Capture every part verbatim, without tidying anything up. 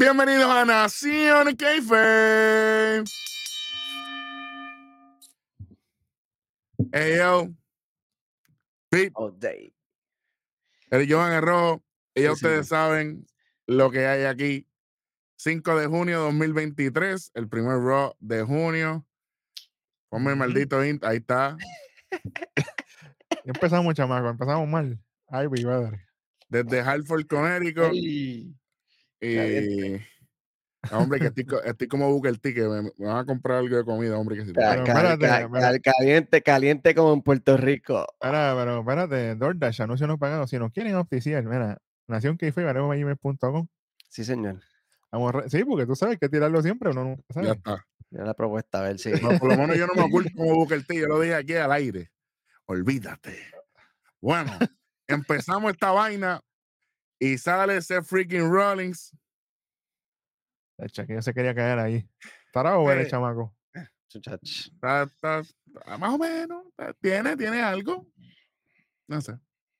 Bienvenidos a Nación Keife. Hey, yo. Pete. All day. El Johan Herrero. Y ya Sí, ustedes sí. saben lo que hay aquí. cinco de junio de dos mil veintitrés. El primer Raw de junio. Ponme el maldito int. Ahí está. Empezamos, chamaco. Empezamos mal. Ay, mi madre. Desde Hartford, Connecticut. Ey, Y... caliente. No, hombre, que estoy, co- estoy como Booker T, que me, me van a comprar algo de comida, hombre, que si tú Ca- Pero quieres. cal- espérate, ca- mira. cal- caliente, caliente como en Puerto Rico. Espera, pero espérate, DoorDash, anuncio no pagado. Si nos quieren auspiciar, mira, Nación Keife, varemos gmail punto com. Sí, señor. Vamos a re- Sí, porque tú sabes que tirarlo siempre, uno nunca Ya sabe. está. Ya la propuesta, a ver si. No, por lo menos yo no me oculto como Booker T, yo lo dije aquí al aire. Olvídate. Bueno, empezamos esta vaina y sale ese freaking Rollins. Echa, que yo se quería caer ahí. Estará over el Eh, chamaco. Chuchach. Está, está- está más o menos, está- tiene, tiene algo. No sé.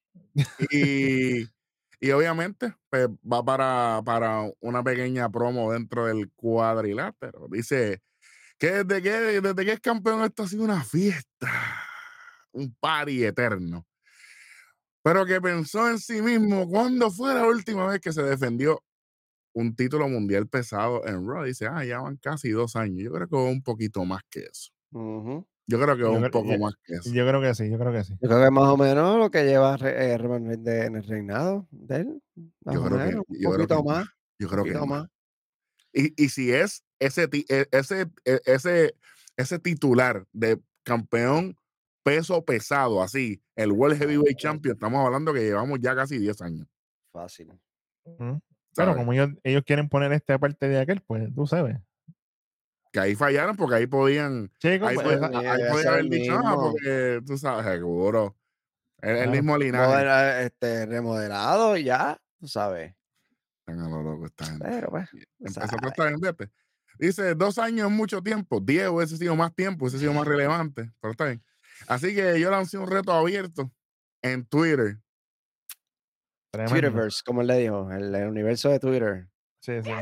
Y, y obviamente, pues va para, para una pequeña promo dentro del cuadrilátero. Dice que desde que, desde que es campeón esto ha sido una fiesta, un party eterno. Pero que pensó en sí mismo cuándo fue la última vez que se defendió un título mundial pesado en Raw. Dice, ah, ya van casi dos años. Yo creo que va un poquito más que eso. Ujú. Yo creo que va Yo, un creo- poco yo- más que eso. yo creo que sí, yo creo que sí. Yo creo que más o menos lo que lleva Re- eh, Roman Reigns de- en el reinado de él. Más Yo o creo que, menos. Un yo creo que poquito más. más. Yo Un creo que poquito más. más. Y, y si es ese, ti- e- ese, e- ese, ese titular de campeón peso pesado, así, el World Heavyweight Champion, estamos hablando que llevamos ya casi diez años, Fácil. Ujú. Pero ¿sabes? como ellos, ellos quieren poner esta parte de aquel, pues tú sabes. Que ahí fallaron porque ahí podían, Sí, como- ahí, podía- esa- Ni ahí debe podía ser haber el dicho, ah, mismo. porque tú sabes, seguro, el, el Claro. mismo linaje. Modera- este, remodelado y ya, tú sabes. Están a lo loco esta gente. Pero pues, Empezó sabe. todo esta vendetta. Dice, dos años es mucho tiempo, diez hubiese sido más tiempo, hubiese sido más relevante, pero está bien. Así que yo lancé un reto abierto en Twitter. Tremendo. Twitterverse, como él le dijo, el, el universo de Twitter. Sí, sí.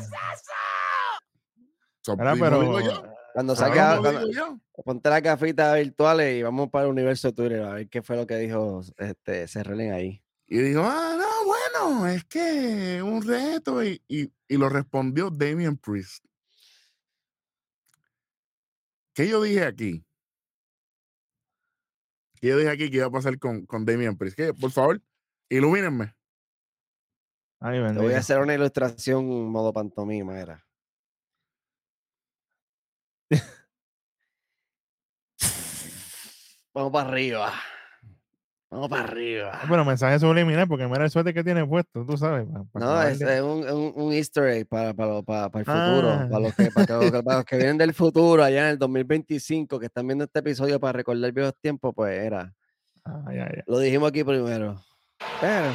So, Mira, mismo pero digo yo, Cuando Claro, saque, mismo cuando- digo yo. ponte las gafitas virtuales y vamos para el universo de Twitter a ver qué fue lo que dijo este Cerrelen ahí. Y dijo, ah, no, bueno, es que un reto. Y, y, y lo respondió Damian Priest. ¿Qué yo dije aquí? ¿Qué yo dije aquí que iba a pasar con, con Damian Priest? ¿Qué? Por favor, ilumínenme. Ay, Te voy bendito. a hacer una ilustración modo pantomima, era. Vamos para arriba. Vamos para arriba. Ah, Bueno, mensaje subliminal, porque mira el suéter que tiene puesto, tú sabes. pa- pa No, es, acabarle. es un, un, un easter egg para, para, para, para el futuro. Ah. Para, los que, para, que- para los que vienen del futuro, allá en el dos mil veinticinco, que están viendo este episodio para recordar viejos tiempos, pues era. Ay, ay, ay. Lo dijimos aquí primero. Pero,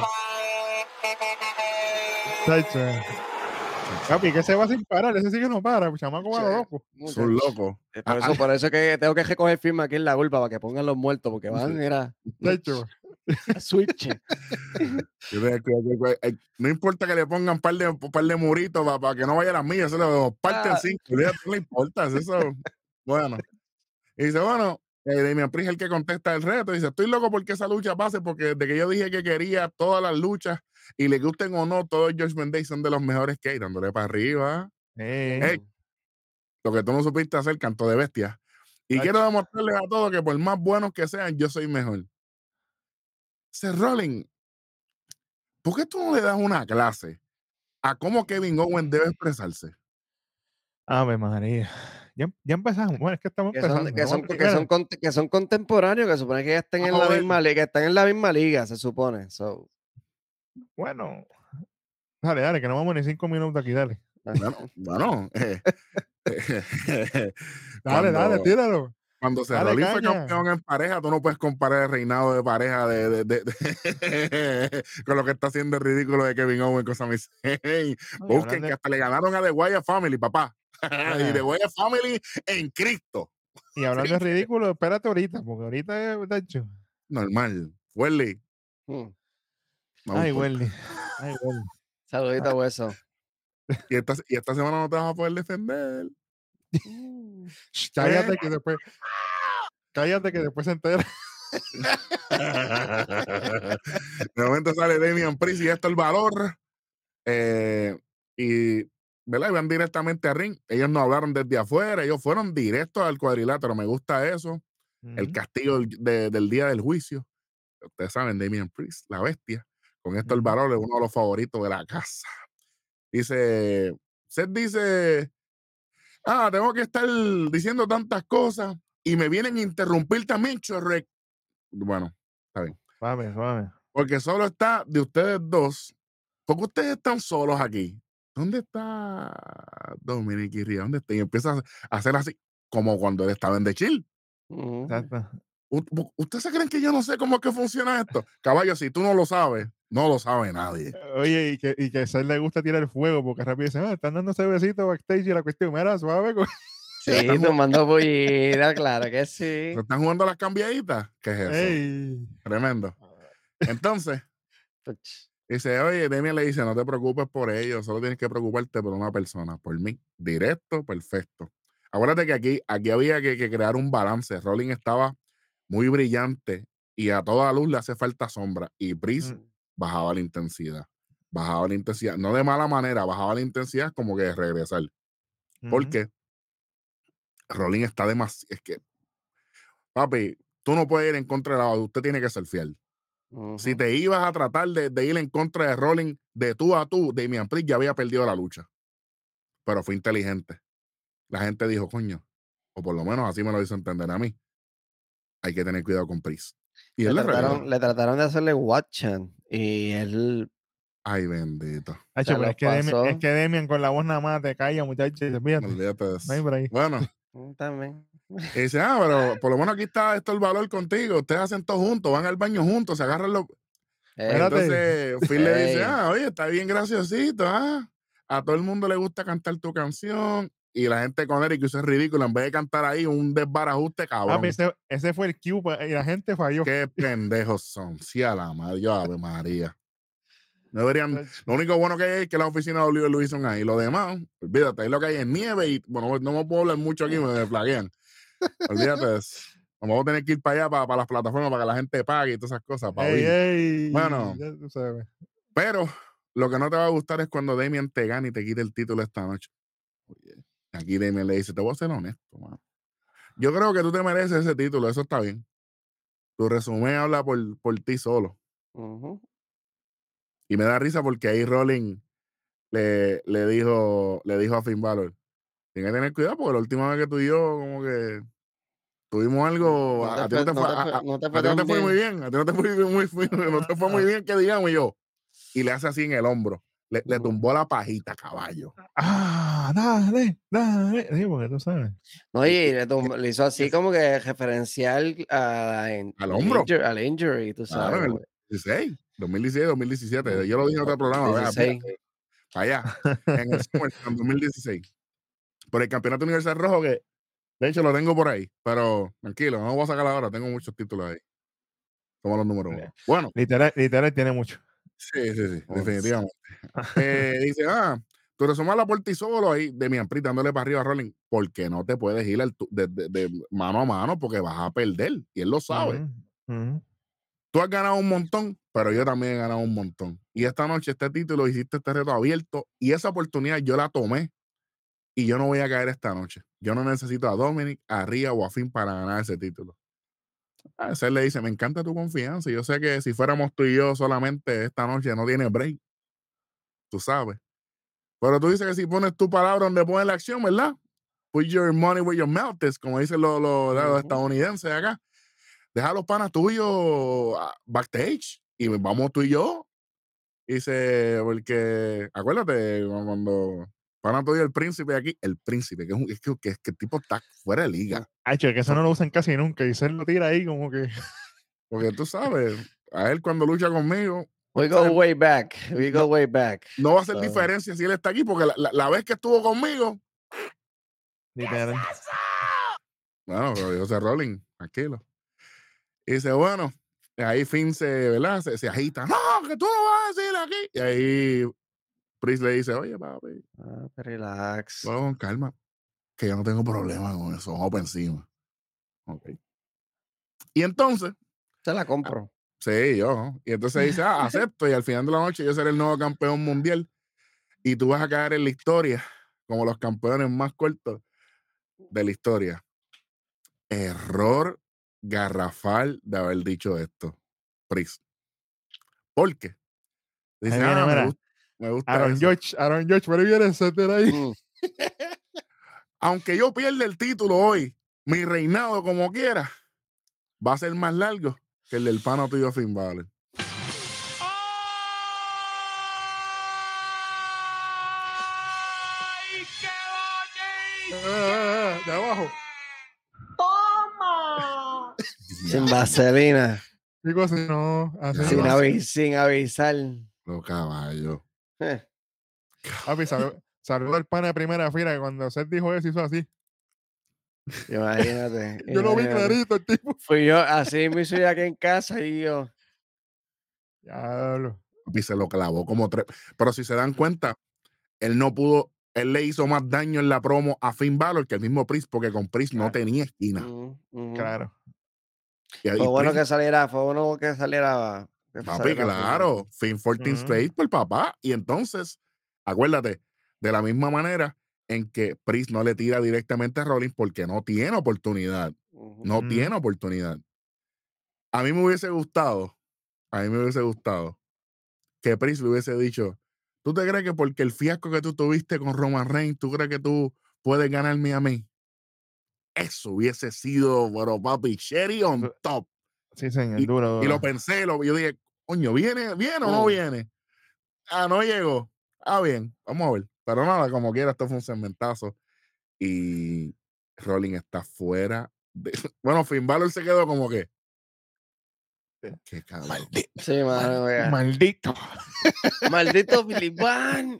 Chacho. Papi, que se va sin parar, ese sí que no para, el chamaco va a lo Che. loco. Es un loco. Eh, Ah, Por eso, por eso es que tengo que recoger firma aquí en la culpa para que pongan los muertos, porque van, era Chacho. a switch. Yo tengo que- que- que- eh, no importa que le pongan un par de, un par de muritos para que no vaya a las millas, se lo parten Ah. cinco. Olvídate, no le importa. Eso, bueno. Y dice, bueno, eh, Damian Priest es el que contesta el reto. Dice, estoy loco porque esa lucha pase, porque desde que yo dije que quería todas las luchas y le gusten o no, todos Judgment Day son de los mejores que hay, dándole para arriba. Eh, Ey, lo que tú no supiste hacer, canto de bestia. Y Ach. quiero demostrarles a todos que por más buenos que sean, yo soy mejor. Seth Rollins, ¿por qué tú no le das una clase a cómo Kevin Owens debe expresarse? Ave María. Ya, ya empezamos. Bueno, es que estamos Que son, empezando. que, ¿no? son, Porque, que, mira, son, cont- que son contemporáneos, que supone que ya están en Vamos la a ver. misma liga, que están en la misma liga, se supone. So, Bueno, dale, dale, que no vamos ni cinco minutos aquí, dale. Bueno, bueno. eh, Dale, cuando, dale, tíralo. cuando Seth Dale, Rollins fue caña. campeón en pareja, tú no puedes comparar el reinado de pareja de, de- de- de- con lo que está haciendo el ridículo de Kevin Owens con Sami Zayn. No, y Busquen hablando- que hasta le ganaron a The Wyatt Family, papá. Y The Ajá. Wyatt Family en Cristo. Y hablando de ridículo, espérate ahorita, porque ahorita es tacho. Normal. Welly. hmm. No me Ay, importa. Welly. Ay, Welly. Saludito a Hueso. Y esta, y esta semana no te vas a poder defender. Mm. Shh, cállate que después, cállate que después se entera. De momento sale Damian Priest y esto el valor. Eh, y, ¿verdad? Y van directamente a ring. Ellos no hablaron desde afuera, ellos fueron directos al cuadrilátero. Me gusta eso. El Ujú, castigo del, de- del día del juicio. Ustedes saben, Damian Priest, la bestia. Con esto el ujú, valor es uno de los favoritos de la casa. Dice, Seth dice, ah, tengo que estar diciendo tantas cosas y me vienen a interrumpir también, chorre. Bueno, está bien. Suave, suave. Porque solo está de ustedes dos. Porque ustedes están solos aquí. ¿Dónde está Dominic y Ria? ¿Dónde está? Y empieza a hacer así, como cuando él estaba en The Chill. Ujú. Exacto. U- u- ¿Ustedes se creen que yo no sé cómo es que funciona esto? Caballo, si tú no lo sabes, no lo sabe nadie. Oye, y que, y que a Seth le gusta tirar el fuego porque rápido dicen, ah, están dando ese besito backstage y la cuestión, mira, suave. co-". Se Sí, están, ju- tomando bullida, claro que se sí. están jugando las cambiaditas. ¿Qué es eso? Ey. Tremendo. Entonces, Puch. dice, oye, Demian le dice, no te preocupes por ellos, solo tienes que preocuparte por una persona, por mí. Directo, perfecto. Acuérdate que aquí, aquí había que, que crear un balance. Rolling estaba muy brillante y a toda luz le hace falta sombra. Y Priest Mm, bajaba la intensidad. Bajaba la intensidad. No de mala manera, bajaba la intensidad como que de regresar. ujú, Porque Rolling está demasiado. Es que, papi, tú no puedes ir en contra de la otra, usted tiene que ser fiel. Si Ujú. te ibas a tratar de, de ir en contra de Rolling de tú a tú, Damian Priest ya había perdido la lucha. Pero fue inteligente. La gente dijo, coño, o por lo menos así me lo hizo entender a mí. Hay que tener cuidado con Priest. Y Le él le trataron, reyó. le trataron de hacerle watchan y él Ay, bendito. Hacho, se pero los es que, Demian, es pasó. que Demian con la voz nada más te calla, muchachos. Fíjate, Olvídate de no hay eso. por ahí. Bueno, Mm, También. y dice, ah, pero por lo menos aquí está esto el valor contigo. Ustedes hacen todo juntos, van al baño juntos, se agarran los. Ey, Espérate. Entonces Phil le dice, ey. ah, oye, está bien graciosito, ah. A todo el mundo le gusta cantar tu canción. Y la gente con Eric hizo es ridículo. En vez de cantar ahí un desbarajuste, Papi, cabrón. ese, ese fue el cue pa- y la gente falló. Qué pendejos son. Sí, a la madre. Yo, Ave María. No deberían. Hacho. Lo único bueno que hay es que la oficina de Oliver lo hizo ahí. Lo demás, olvídate, ahí lo que hay es nieve y, bueno, no me puedo hablar mucho aquí, me flaguean. Olvídate de eso. Vamos a tener que ir para allá, para, para las plataformas, para que la gente pague y todas esas cosas, para Ey, oír. ey. Bueno, Ya tú sabes. pero lo que no te va a gustar es cuando Damian te gane y te quite el título esta noche. Oye, aquí Damian le dice, te voy a ser honesto, mano. Yo creo que tú te mereces ese título, eso está bien. Tu resumen habla por, por ti solo. Ujú. Y me da risa porque ahí Rolling le, le dijo, le dijo a Finn Balor, tienes que tener cuidado porque la última vez que tú y yo como que tuvimos algo, No a, te a ti no fue, te no fue, te a, fue, a- no te a fue ti no te tan fue muy bien. bien, a ti no te fue muy, muy- no te fue muy bien que digamos y yo. Y le hace así en el hombro. Le, le tumbó la pajita, caballo. Ah, dale, dale. Sí, porque tú sabes. No, Y, y y- le, y- tum- le hizo y así como que referencial a la in- al el hombro. injury, al injury, tú Claro, sabes. en el Como que, dieciséis, dos mil dieciséis, dos mil diecisiete. Yo lo ujú, dije en otro programa, vea, dieciséis. fíjate, para allá, en el SummerSlam dos mil dieciséis. Por el campeonato universal rojo, que de hecho lo tengo por ahí, pero tranquilo, no lo voy a sacar ahora, tengo muchos títulos ahí. Somos los número uno. Bueno, Literal, literal tiene mucho. sí, sí, sí, Once. definitivamente. Eh, dice, ah, tú resumas la por ti solo ahí, de mi Priest dándole para arriba a Rolling, porque no te puedes ir al tu- de, de- de mano a mano porque vas a perder, y él lo sabe. Ujú, ujú. Tú has ganado un montón, pero yo también he ganado un montón. Y esta noche este título, hiciste este reto abierto, y esa oportunidad yo la tomé, y yo no voy a caer esta noche. Yo no necesito a Dominic, a Rhea o a Finn para ganar ese título. A ese le dice, me encanta tu confianza. Yo sé que si fuéramos tú y yo solamente esta noche no tiene break, tú sabes. Pero tú dices que si pones tu palabra donde pones la acción, ¿verdad? Put your money where your mouth is, como dicen los, los- los Ujú. estadounidenses acá. Deja a los panas tuyos ah, backstage y vamos tú y yo. Dice, porque acuérdate cuando pana tuyo el príncipe aquí, el príncipe, que es, un, es que, que, que el tipo está fuera de liga. Hacho, que eso Eso- no lo usan casi nunca. Y se lo tira ahí como que. porque tú sabes, a él cuando lucha conmigo, We go ¿sabes? way back. We No, go way back. no va a hacer So, diferencia si él está aquí, porque la, la- la vez que estuvo conmigo, Literal. bueno, pero yo sé Rolling, tranquilo. Y dice, bueno, ahí Finn se, ¿verdad? Se, se agita. No, que tú no vas a decir aquí. Y ahí Priest le dice, oye, papi, Ah, relax. vamos con calma, que yo no tengo problema con eso, vamos para encima. Ok. Y entonces, Se la ah, compro. sí, yo, ¿no? Y entonces dice, ah, acepto, y al final de la noche yo seré el nuevo campeón mundial, y tú vas a caer en la historia como los campeones más cortos de la historia. Error garrafal de haber dicho esto, Priest. ¿Por qué? Ahí Dice, viene, ah, me mira. gusta, me gusta Aaron eso. George, Aaron George, por ahí viene etcétera ahí. Mm. Aunque yo pierda el título hoy, mi reinado como quiera va a ser más largo que el del pana tuyo Finn Balor. Ah, de abajo. Sin vaselina. Digo, si no, así Ya Sin, va. no. avi- sin avisar. Los caballos. Eh, Papi, salió, salió el pana de primera fila que cuando Seth dijo eso, hizo así. Imagínate. Yo lo vi imagínate. clarito, el tipo. Fui yo, así me hice aquí en casa y yo. Diablo. Y se lo clavó como tres. Pero si se dan cuenta, él no pudo, él le hizo más daño en la promo a Finn Balor que el mismo Priest, porque con Priest no Claro. tenía esquina. Mm, ujú. Claro. Y, y Fue bueno Priest, que saliera, fue bueno que saliera. Que papi, saliera Finn. claro, Finn fourteen Ujú. straight por papá. Y entonces, acuérdate, de la misma manera en que Priest no le tira directamente a Rollins porque no tiene oportunidad. Ujú. No Ujú. tiene oportunidad. A mí me hubiese gustado, a mí me hubiese gustado que Priest le hubiese dicho, ¿tú te crees que porque el fiasco que tú tuviste con Roman Reigns, tú crees que tú puedes ganarme a mí? Eso hubiese sido, bueno, papi, cherry on top. Sí, señor, Y, duro, y lo duro. pensé, lo, yo dije, coño, ¿viene, viene o no Mm. viene? Ah, no llegó. Ah, bien, vamos a ver. Pero nada, como quiera, esto fue un segmentazo. Y Rollins está fuera. De... Bueno, Finn Balor se quedó como que, qué cabrón. Maldito. Sí, mano, vea. Maldito. Maldito Filipán.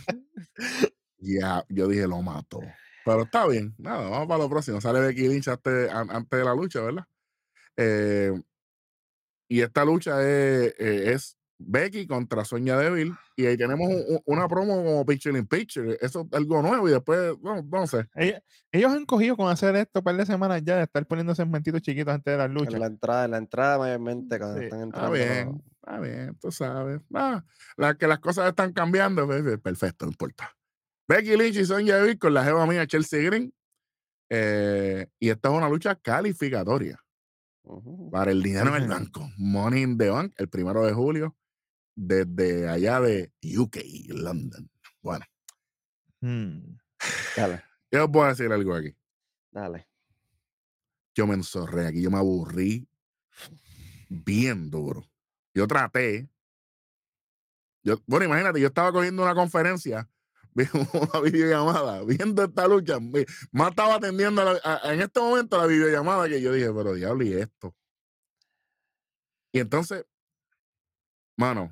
Ya, yo dije, lo mato. Pero está bien, nada, vamos para lo próximo. Sale Becky Lynch antes, an- antes de la lucha, ¿verdad? Eh, y esta lucha es, eh, es Becky contra Sonya Deville. Y ahí tenemos un- un- una promo como Picture in Picture. Eso es algo nuevo. Y después, bueno, no sé. Ellos, ellos han cogido con hacer esto un par de semanas ya, de estar poniendo segmentitos chiquitos antes de las En luchas. la entrada, en la entrada mayormente cuando Sí. están Está entrando. bien, está bien, tú sabes. Ah, la, que las cosas están cambiando, pues, pues, perfecto, no importa. Becky Lynch y Sonya Deville con la jeva mía Chelsea Green. Eh, y esta es una lucha calificatoria Ujú. para el dinero Sí, en el señor. banco. Money in the Bank, el primero de julio, desde allá de U K, London. Bueno, Hmm. Dale, yo os voy a decir algo aquí. dale. Yo me enzorré aquí, yo me aburrí bien duro. Yo traté. Yo, bueno, imagínate, yo estaba cogiendo una conferencia, una videollamada, viendo esta lucha. mi- Más estaba atendiendo a la- a- a- en este momento la videollamada que yo dije, pero diablo, ¿y esto? Y entonces, mano,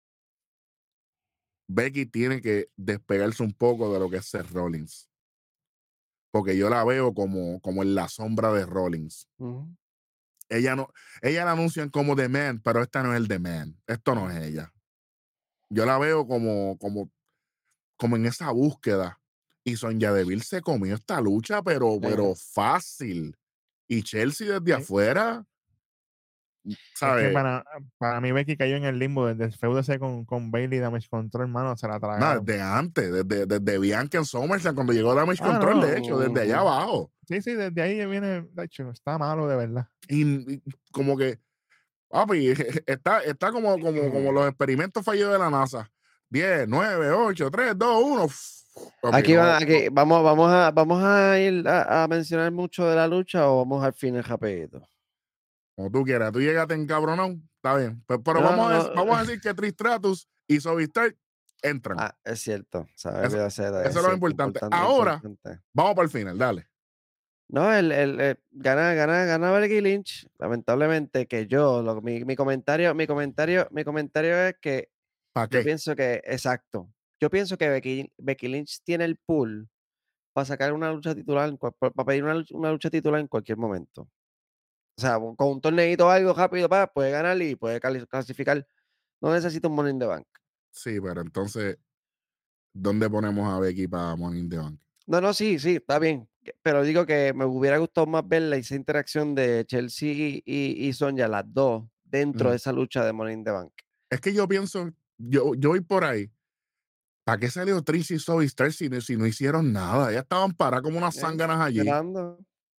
Becky tiene que despegarse un poco de lo que es Seth Rollins. Porque yo la veo como, como en la sombra de Rollins. Ujú. Ella no, ella la anuncian como The Man, pero esta no es el The Man. Esto no es ella. Yo la veo como, como, como en esa búsqueda. Y Sonya Deville se comió esta lucha, pero, Sí. pero fácil. Y Chelsea desde Sí. afuera, Es que ¿sabes? para, para mí Becky cayó en el limbo desde el feudo ese con, con Bailey Damage Control, hermano, se la No, tragaron. desde antes, desde, desde Bianca en SummerSlam, cuando llegó Damage Ah, Control, no. de hecho, desde allá Ujú. abajo. Sí, sí, desde ahí viene, de hecho, está malo de verdad. Y, y como que, papi, está, está como, como, como los experimentos fallidos de la NASA. diez, nueve, ocho, tres, dos, uno. Papi, Aquí, no, va, no, aquí vamos, vamos a, vamos a ir a, a mencionar mucho de la lucha o vamos al final rapidito. como tú quieras. Tú llegaste encabronado, está bien. Pero, pero No, vamos, a, dec- no. vamos a decir que Trish Stratus y Sovistar entran. Ah, es cierto. ¿Sabes? Eso, Olvidé ese detalle, eso es lo cierto, importante. importante, Ahora, importante. vamos para el final, dale. No, el, el, el- gana, gana, gana Becky Lynch. Lamentablemente que yo, lo- mi, mi comentario, mi comentario, mi comentario es que ¿Para yo qué? pienso que, exacto. Yo pienso que Becky, Becky Lynch tiene el pool para sacar una lucha titular, en cual- para pedir una, lucha- una lucha titular en cualquier momento. O sea, con un torneito o algo rápido, pa, puede ganar y puede cali- clasificar. No necesita un Money in the Bank. Sí, pero entonces ¿dónde ponemos a Becky para Money in the Bank? No, no, sí, sí, está bien. que- Pero digo que me hubiera gustado más ver la- esa interacción de Chelsea y, y, y Sonya, las dos, dentro Mm. de esa lucha de Money in the Bank. Es que yo pienso, yo, yo voy por ahí. ¿Para qué salió Trish y Zoe Stark si, no- si no hicieron nada? Ellas estaban paradas como unas ¿eh? zánganas allí. Esperando.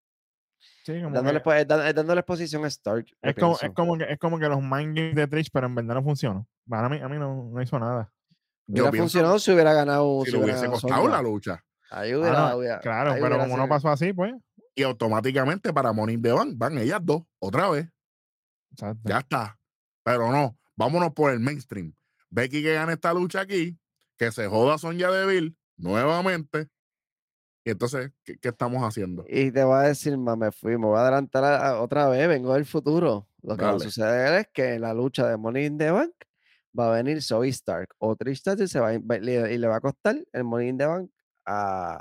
Sí, como Dándole, que, po- eh, dan- eh, dándole exposición a Stark, yo es, como, es, pienso. como que, es como que los mind games de Trish, pero en verdad no funcionó. Para mí, a mí no, no hizo nada. Yo Hubiera pienso funcionado si hubiera ganado, si si le hubiera hubiese ganado costado la Sonya. lucha. Ahí Ah, hubiera, no, hubiera- claro, ahí pero hubiera como no sido- pasó así, pues. Y automáticamente para Money in the Bank van ellas dos, otra vez. Exacto. Ya está. Pero no, vámonos por el mainstream. Becky que gane esta lucha aquí, que se joda Sonya Deville nuevamente. Y entonces, ¿qué, qué estamos haciendo? Y te voy a decir, más me fui, me voy a adelantar a- a- otra vez, vengo del futuro. Lo que va a Dale. suceder es que en la lucha de Money in the Bank va a venir Zoe Stark o Trish Stratus y, se va, a- va- le- y le va a costar el Money in the Bank a,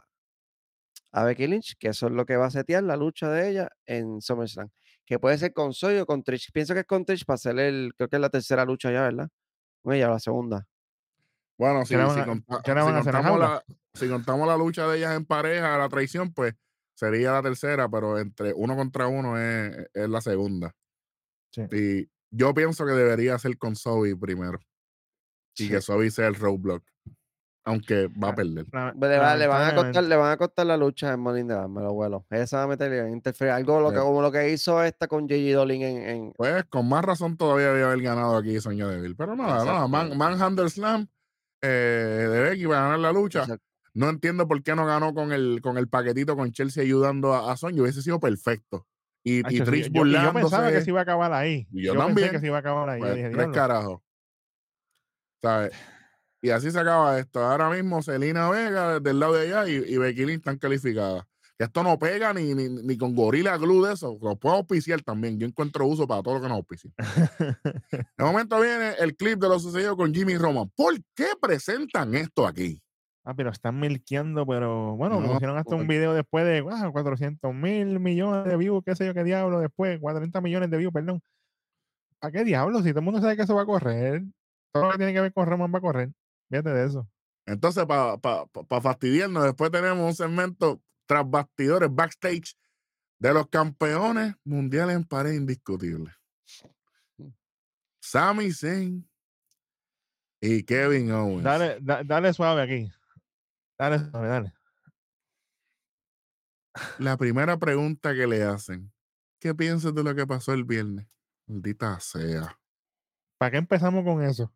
a Becky Lynch, que eso es lo que va a setear la lucha de ella en SummerSlam. Que puede ser con Zoe o con Trish. Pienso que es con Trish para hacer el, creo que es la tercera lucha ya, ¿verdad? Con ella, la segunda. Bueno, ¿Qué le si, van si, a, conta- qué le si van a hacer? ¿La contamos jaula? la, si contamos la lucha de ellas en pareja, la traición, pues sería la tercera, pero entre uno contra uno es, es la segunda. Sí. Y yo pienso que debería ser con Zoe primero. Y Sí. que Zoe sea el roadblock. Aunque va a perder. La- Le, va- le van a costar, lamentablemente. le van a costar la lucha en Money in the Bank, me lo vuelo. Esa va a meter en interferir. Algo lo que, Eh, como lo que hizo esta con J J Dolin en, en- Pues con más razón todavía debe haber ganado aquí Soña Deville. Pero nada, nada, Man, Exactamente. Manhandle Slam eh, de Becky para ganar la lucha. Exacto. No entiendo por qué no ganó con el, con el paquetito con Chelsea ayudando a, a Sonya. Hubiese sido perfecto. Y, y Hacho, sí, Trish yo, y yo pensaba que burlándose. se iba a acabar ahí. Y yo Yo pensé que también. se iba a acabar ahí. Yo Pues dije, tres diablo. carajos. ¿Sabes? Y así se acaba esto. Ahora mismo Selena Vega desde el lado de allá y, y Becky Lynch están calificadas. Que esto no pega ni, ni, ni con Gorilla Glue de eso. Lo puedo auspiciar también. Yo encuentro uso para todo lo que nos auspicia. De momento viene el clip de lo sucedido con Jimmy Roman. ¿Por qué presentan esto aquí? Ah, pero están milqueando, pero bueno, No, pusieron hasta un video después de wow, cuatrocientos mil millones de views, qué sé yo, qué diablo, después, cuarenta millones de views, perdón. ¿A qué diablo? Si todo el mundo sabe que eso va a correr, todo lo que tiene que ver con Roman va a correr. Fíjate de eso. Entonces, para pa, pa, pa fastidiarnos, después tenemos un segmento tras bastidores, backstage, de los campeones mundiales en pared indiscutibles. Sami Zayn y Kevin Owens. Dale, da- dale suave aquí. Dale suave, dale. La primera pregunta que le hacen, ¿qué piensas de lo que pasó el viernes? Maldita sea. ¿Para qué empezamos con eso?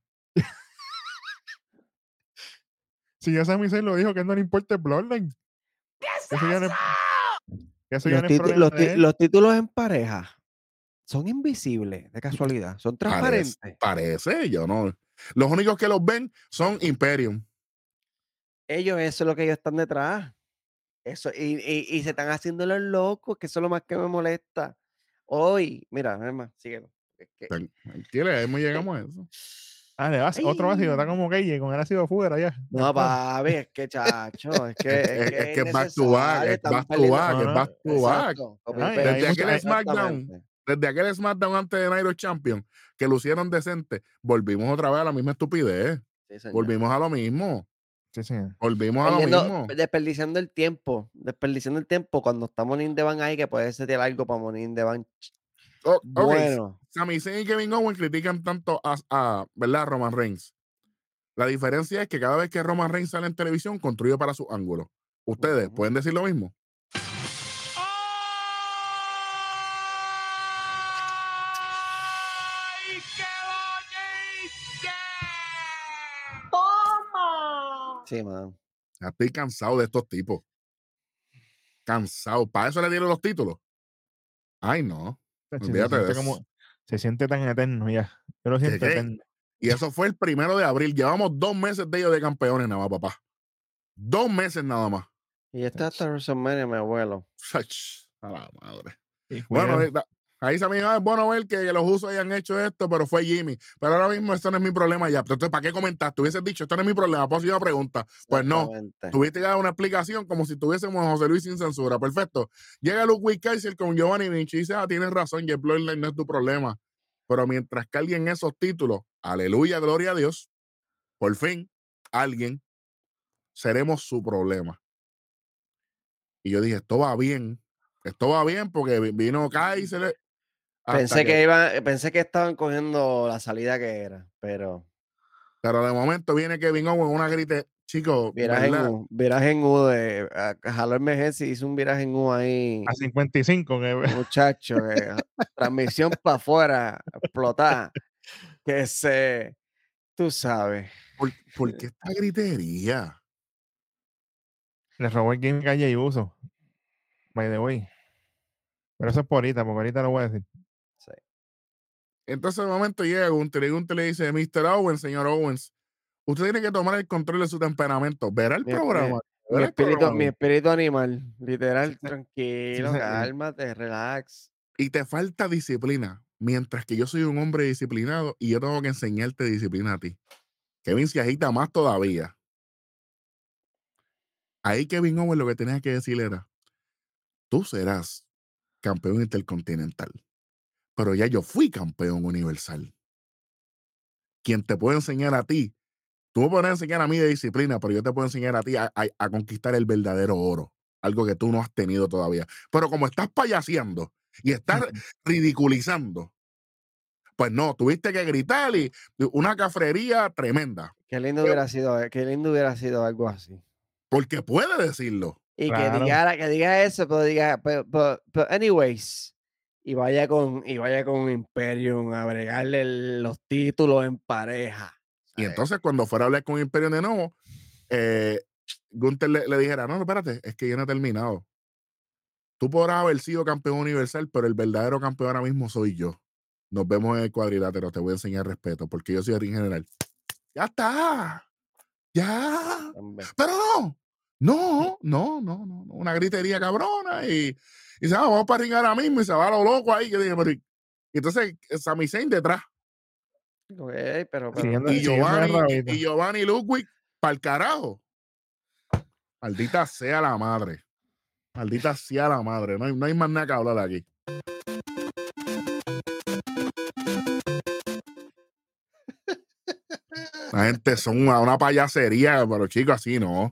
Si ya Sami Zayn lo dijo que no le importa el Bloodline. Que eso ya no es, que eso ya Los, no es titu- problema los, ti- de él. los títulos en pareja son invisibles, de casualidad. Son Parece, transparentes. parece, yo no. Los únicos que los ven son Imperium. Ellos, eso es lo que ellos están detrás. Eso, y, y, y se están haciendo los locos, que eso es lo más que me molesta. Hoy, mira, es más, síguelo. Es que, Tranquila, ahí me llegamos a eso. Ah, le vas, otro ácido, está ¡ay! como Guille con el ácido fuera ya. No, papi, es que chacho, es que Es, es es- que es es que es back to back, innecesario, es están back to perdiendo. back, No, es no, back to back. Exacto, copy Ay, paste, hay Desde mucha- aquel hay- SmackDown, exactamente. desde aquel SmackDown antes de Night of Champion, que lucieron decente, volvimos otra vez a la misma estupidez. Sí, señor. Volvimos a lo mismo. Sí, sí. Volvimos a lo Perdiendo- mismo. desperdiciando el tiempo, desperdiciando el tiempo cuando está Money in the Bank ahí, que puede ser algo para Money in the Bank. Oh, ok, Bueno, Sami Zayn y Kevin Owens critican tanto a, a, ¿verdad? a Roman Reigns. La diferencia es que cada vez que Roman Reigns sale en televisión, construye para su ángulo. ¿Ustedes Ujú. pueden decir lo mismo? ¡Ay, qué bonita! ¡Toma! sí, man. Ya estoy cansado de estos tipos. Cansado. ¿Para eso le dieron los títulos? Ay, no. Chacho, Se Olvídate de siente, eso. como, se siente tan eterno ya. Yo lo siento qué? eterno. Y eso fue el primero de abril. Llevamos dos meses de ellos de campeones nada más, papá. Dos meses nada más. Y este hasta WrestleMania, mi abuelo. Ach, a la madre. Y Bueno, cuidado. eh, da- ahí se me dijo, "Ah, es bueno ver que, que los usos hayan hecho esto, pero fue Jimmy. Pero ahora mismo esto no es mi problema ya. Entonces, ¿para qué comentaste? Hubieses dicho, esto no es mi problema. Pues una pregunta. Pues no. Exactamente. Tuviste que dar una explicación como si tuviésemos a José Luis sin censura. Perfecto. Llega Ludwig Kaiser con Giovanni Vinci y dice, ah, tienes razón, Jeff Bloodline no es tu problema. Pero mientras carguen esos títulos, aleluya, gloria a Dios, por fin, alguien seremos su problema. Y yo dije, esto va bien. Esto va bien porque vi- vino Kaiser. Hasta Pensé que, que iban, pensé que estaban cogiendo la salida que era, pero pero de momento viene Kevin Owens una grite, chico, viraje en ¿verdad? U, viraje en U de a- jaló emergencia y hizo un viraje en U ahí, A cincuenta y cinco. Que, muchacho, que, transmisión para afuera, explotada, que se, tú sabes. ¿Por, por qué esta gritería? le robó el game calle y uso. By the way. Pero eso es por ahorita, porque ahorita lo voy a decir. Sí. Entonces de momento llega Gunther y Gunther le dice, mister Owens, señor Owens, usted tiene que tomar el control de su temperamento. Verá el Mi, mi- programa. mi Verá el espíritu, programa. mi espíritu animal, Sí, literal, se- sí, tranquilo, se- cálmate, relax. Y te falta disciplina. Mientras que yo soy un hombre disciplinado y yo tengo que enseñarte disciplina a ti. Kevin se agita más todavía. Ahí Kevin Owens lo que tenía que decir era, tú serás campeón intercontinental, pero ya yo fui campeón universal. Quien te puede enseñar a ti, tú me puedes enseñar a mí de disciplina, pero yo te puedo enseñar a ti a, a- a conquistar el verdadero oro, algo que tú no has tenido todavía. Pero como estás payaseando y estás ridiculizando, pues no, tuviste que gritar y una cafrería tremenda. Qué lindo Pero- hubiera sido, qué lindo hubiera sido algo así. Porque puede decirlo. Y que Claro. diga, que diga eso, pero diga, pero, pero- pero anyways, y vaya con, y vaya con Imperium a bregarle el- los títulos en pareja. Y ¿sabes? entonces cuando fuera a hablar con Imperio de nuevo, eh, Gunther le, le dijera, no, no, espérate, es que yo no he terminado. Tú podrás haber sido campeón universal, pero el verdadero campeón ahora mismo soy yo. Nos vemos en el cuadrilátero, te voy a enseñar respeto, porque yo soy el ring general. Ya está, ya. Hombre. Pero no, no, no, no, no, no. Una gritería cabrona y, y dice, ah, vamos para ring ahora mismo y se va a lo loco ahí. Yo dije, pero, y entonces Sami Zayn detrás Ok, pero, pero, Siguiendo, y siguiendo el Giovanni, rabito. y, y Giovanni Ludwig para el carajo. Maldita sea la madre. Maldita sea la madre. No hay, no hay más nada que hablar aquí. La gente son una, una payasería, pero chicos, así no.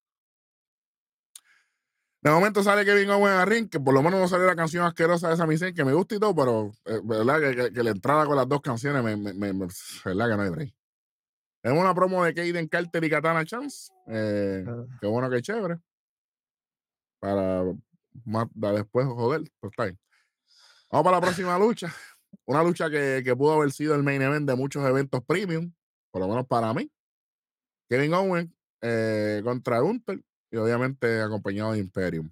De momento sale Kevin Owens a ring, que por lo menos no sale la canción asquerosa de Sami Zayn, que me gusta y todo, pero eh, verdad que, que, que la entrada con las dos canciones, me, me, me, me- verdad que no hay break. Es una promo de Kaden Carter y Katana Chance. Eh, Ah. qué bueno, que chévere. Para más da después, joder, pues está bien. Vamos para la próxima lucha. Una lucha que, que pudo haber sido el main event de muchos eventos premium, por lo menos para mí. Kevin Owens eh, contra Gunther y obviamente acompañado de Imperium.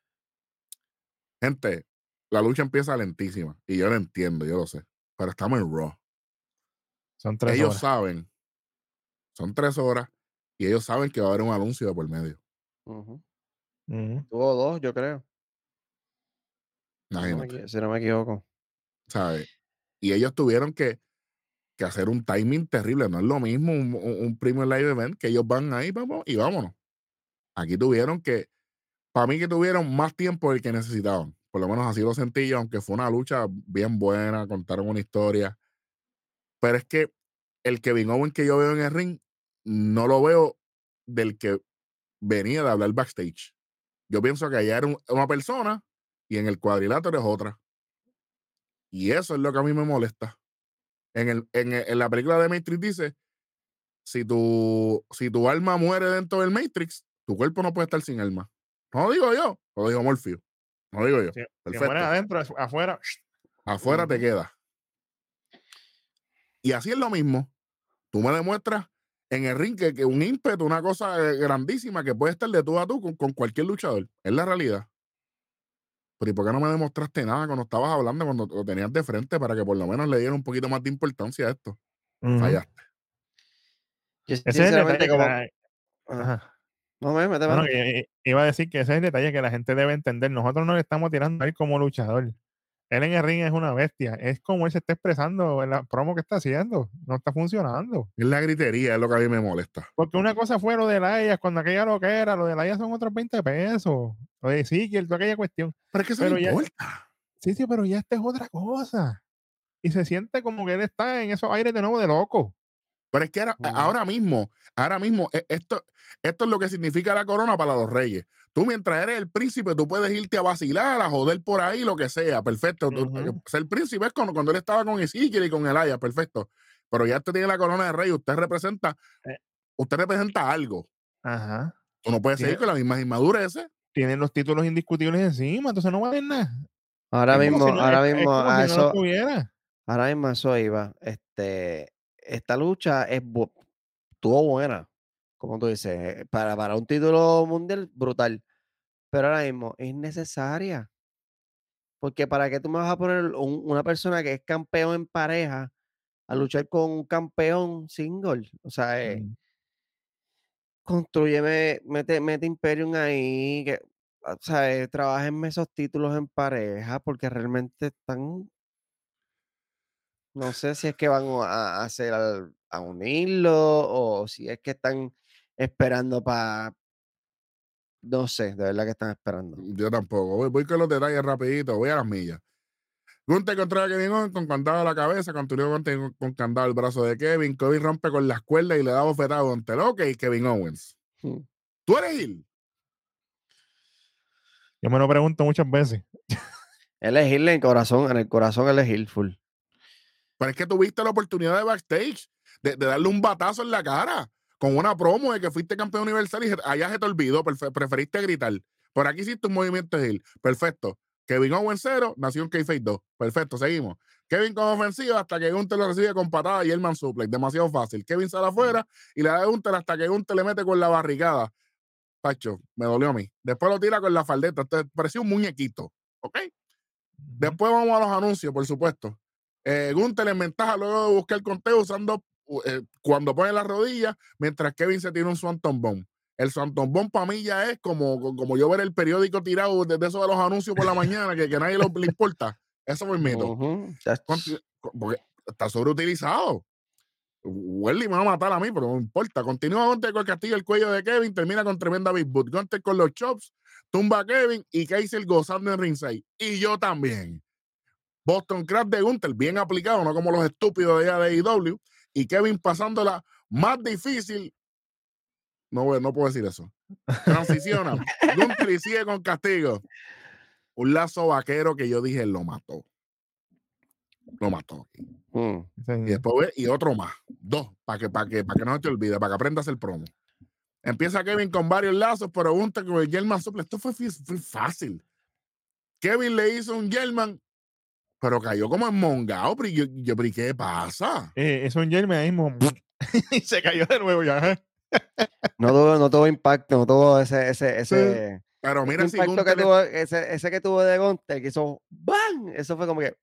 Gente, la lucha empieza lentísima y yo lo entiendo, yo lo sé, pero estamos en Raw. Son tres Ellos horas. saben, son tres horas y ellos saben que va a haber un anuncio de por medio. ujú. Ujú. Tuvo dos, yo creo. Si no me, Imagínate, equi- si no me equivoco. ¿sabes? Y ellos tuvieron que, que hacer un timing terrible. No es lo mismo un, un, un Premium Live Event que ellos van ahí, vamos, y vámonos. Aquí tuvieron que, para mí que tuvieron más tiempo del que necesitaban. Por lo menos así lo sentí yo, aunque fue una lucha bien buena, contaron una historia. Pero es que el Kevin Owens que yo veo en el ring, no lo veo del que venía de hablar backstage. Yo pienso que allá era un- una persona y en el cuadrilátero es otra. Y eso es lo que a mí me molesta. En, el, en, el- en la película de Matrix dice, si tu, si tu alma muere dentro del Matrix, tu cuerpo no puede estar sin alma. No lo digo yo, lo digo Morpheus. No lo digo yo. Si, si Perfecto. mueres adentro, es- afuera. Afuera te Ujú. queda. Y así es lo mismo. Tú me demuestras en el ring que, que un ímpetu, una cosa eh, grandísima que puede estar de tú a tú con, con cualquier luchador. Es la realidad. Pero ¿y por qué no me demostraste nada cuando estabas hablando, cuando lo tenías de frente, para que por lo menos le diera un poquito más de importancia a esto? Ujú. Fallaste. Yo, Ese es el sinceramente, detalle que como. la- Ajá. Ajá. No, me mete, No, no, mete. que i- iba a decir que ese es el detalle que la gente debe entender. Nosotros no le estamos tirando a él como luchador. Él en el ring es una bestia. Es como él se está expresando en la promo que está haciendo. No está funcionando. Es la gritería, es lo que a mí me molesta. Porque una cosa fue lo de Laia, cuando aquella lo que era, lo de Laia son otros veinte pesos. Lo de Ezequiel, toda aquella cuestión. Pero es que eso Pero no ya, importa. sí, sí, pero ya esta es otra cosa. Y se siente como que él está en esos aires de nuevo de loco. Pero es que ahora, Mm. ahora mismo, ahora mismo, e- esto, esto es lo que significa la corona para los reyes. Tú, mientras eres el príncipe, tú puedes irte a vacilar, a joder por ahí, lo que sea, perfecto. Tú- Ujú. ser príncipe es cuando, cuando él estaba con Ezequiel y con Elaya, perfecto. Pero ya usted tiene la corona de rey, usted representa, Eh. usted representa algo. Ajá. Tú no puedes Tiene- seguir con las mismas inmadureces. Tienen los títulos indiscutibles encima, entonces no valen nada. Ahora Es como mismo, si no, es, ahora es mismo como a si no lo eso, tuviera. ahora mismo a eso iba. Este, esta lucha es bu- estuvo buena, como tú dices, eh, para, para un título mundial brutal. Pero ahora mismo es necesaria. Porque para qué tú me vas a poner un- una persona que es campeón en pareja a luchar con un campeón single. O sea, eh, Mm. Constrúyeme, mete, mete Imperium ahí, que, o sea, eh, trabajenme esos títulos en pareja, porque realmente están, no sé si es que van a, a hacer al- a unirlo o si es que están esperando para, no sé, de verdad que están esperando. Yo tampoco. Voy, voy con los detalles rapidito, voy a las millas. Gunther contra Kevin Owens con candado a la cabeza, continúa Gunther con, con candado al brazo de Kevin. Kevin rompe con las cuerdas y le da bofetada a Gunther. Ok, Kevin Owens. Hmm. ¿Tú eres Hill? Yo me lo pregunto muchas veces. Él es heel en el corazón, en el corazón él es heel full. Pero es que tuviste la oportunidad de backstage, de, de darle un batazo en la cara, con una promo de que fuiste campeón universal y se- allá se te olvidó, prefe- preferiste gritar. Por aquí hiciste un movimiento de Hill. Perfecto. Kevin Owens cero, nació en Kayfabe dos. Perfecto, seguimos. Kevin con ofensiva hasta que Gunther lo recibe con patada y el man suplex. Demasiado fácil. Kevin sale afuera y le da a Gunther hasta que Gunther le mete con la barricada. Pacho, me dolió a mí. Después lo tira con la faldeta. Entonces parecía un muñequito. ¿Ok? Después vamos a los anuncios, por supuesto. Eh, Gunther en ventaja luego de buscar el conteo usando eh, cuando pone la rodilla, mientras Kevin se tira un Swanton Bomb. El Swanton Bomb para mí ya es como, como yo ver el periódico tirado desde eso de los anuncios por la mañana, que, que nadie lo, le importa. Eso fue el mito. Ujú, chach. Conti- Porque está sobreutilizado. Welly me va a matar a mí, pero no importa. Continúa Gunther con el castillo el cuello de Kevin, termina con tremenda Big Boot. Gunther con los chops, tumba a Kevin y Kaiser gozando en ringside. Y yo también. Boston Crab de Gunther, bien aplicado, no como los estúpidos de allá de A E W. Y Kevin pasándola más difícil. No, no puedo decir eso. Transiciona. Gunther y sigue con castigo. Un lazo vaquero que yo dije lo mató. Lo mató. Hmm. Sí. Y después ve, y otro más. Dos, para que, para que, para que no se te olvide, para que aprendas el promo. Empieza Kevin con varios lazos, pero Gunther con el German Suplex. Esto fue, fue fácil. Kevin le hizo un German, pero cayó como enmongado. Pero yo, yo, pero ¿y qué pasa? Eh, es un Jeremy ahí mismo. Y se cayó de nuevo ya. No tuvo, no tuvo impacto, no tuvo ese, ese, ese, Pero ese mira si impacto que Gunther tuvo, ese, ese que tuvo de Gunther, que hizo ¡bang! Eso fue como que.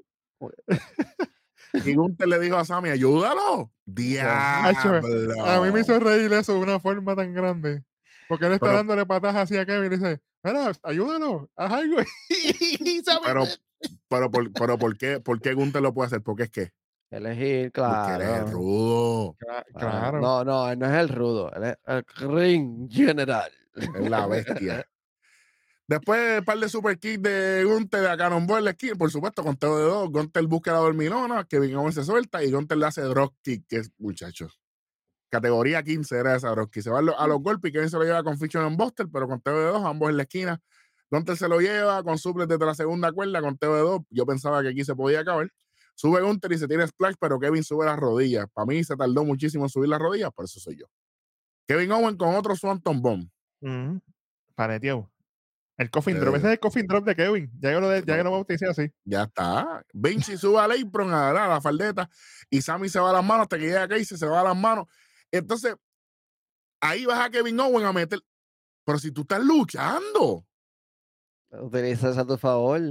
y Gunther le dijo a Sammy, ayúdalo. Hacho, a mí me hizo Diablo. reír eso de una forma tan grande. Porque él está Pero, dándole patas así a Kevin y dice, mira, ayúdalo, haz algo. Y Sammy, pero, pero, por, pero ¿por qué, por qué Gunther lo puede hacer? Porque es que, Elegir, porque él es el claro. rudo. Cla- Claro. Claro. No, no, él no es el rudo, él es el ring general. Es la bestia. Después, un par de super kicks de Gunther a Cannonball en la esquina, por supuesto, conteo de dos. Gunther busca la dormilona, Kevin Owens se suelta y Gunther le hace drop kick, que es, muchachos. Categoría quince era esa drop kick. Se va a, lo, a los golpes y Kevin se lo lleva con Fiction en Buster, pero conteo de dos, ambos en la esquina. Gunther se lo lleva con suples desde la segunda cuerda, conteo de dos. Yo pensaba que aquí se podía acabar. Sube Gunther y se tira splash, pero Kevin sube las rodillas. Para mí se tardó muchísimo en subir las rodillas, por eso soy yo. Kevin Owens con otro Swanton Bomb. Mm, Pareteado. El coffin drop, Eh, ese es el coffin drop de Kevin. Ya yo lo, de- ya yo lo bauticé así. Ya está. Vinci sube al apron a la, a la faldeta y Sammy se va a las manos hasta que llega Casey, se va a las manos. Entonces, ahí vas a Kevin Owens a meter. Pero si tú estás luchando. Utilizas a tu favor.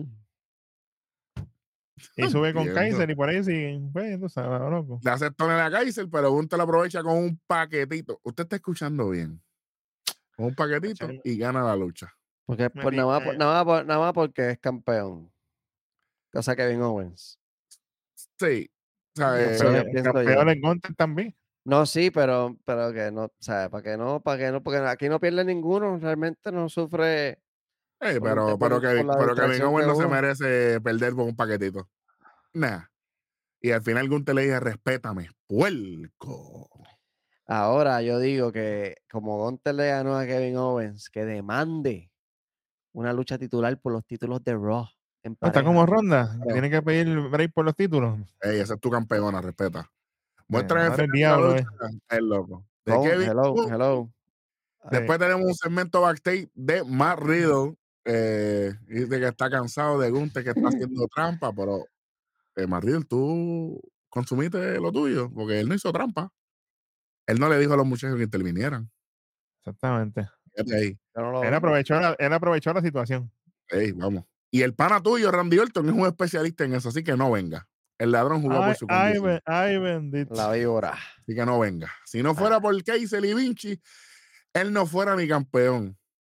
Y sube con Entiendo. Kaiser y por ahí siguen. Pues, tú sabes, loco. Le hace Tony a la Kaiser, pero Gunther la aprovecha con un paquetito. Usted está escuchando bien. Con un paquetito Hacho, y gana la lucha. Porque me por di- nada, más, por- eh, nada, más por- nada más porque es campeón. Cosa Kevin Owens. Sí. O sea, Pienso pero yo, eh, el pienso campeón yo. en Gunther también. No, sí, pero, pero que no, ¿sabes? Para que no, para que no, porque aquí no pierde ninguno, realmente no sufre eh, por, pero, por- pero, por Kevin, la pero Kevin distracción Owens de no se uno. merece perder con un paquetito. Nah. Y al final Gunther le dice, respétame, puerco. Ahora yo digo que como Gunther le ganó a Kevin Owens, que demande una lucha titular por los títulos de Raw en No, está pareja. como Ronda, que Claro. tiene que pedir break por los títulos. Ey, esa es tu campeona, respeta. Eh, Muestra el ahora final el de la diablo, eh. lucha. Es loco. De Con- Kevin hello, Owens. hello. Después tenemos un segmento backstage de Matt Riddle. Eh, dice que está cansado de Gunther, que está haciendo trampa, pero eh, Matt Riddle, tú consumiste lo tuyo, porque él no hizo trampa. Él no le dijo a los muchachos que intervinieran. Exactamente. Fíjate ahí. Yo no lo Él vi. aprovechó, la, él aprovechó la situación. Ey, vamos. Y el pana tuyo, Randy Orton, es un especialista en eso, así que no venga. El ladrón jugó por Ay, su ay, condición. ben- ay, bendito. La víbora. Así que no venga. Si no fuera por Keisel y Vinci, él no fuera ni campeón.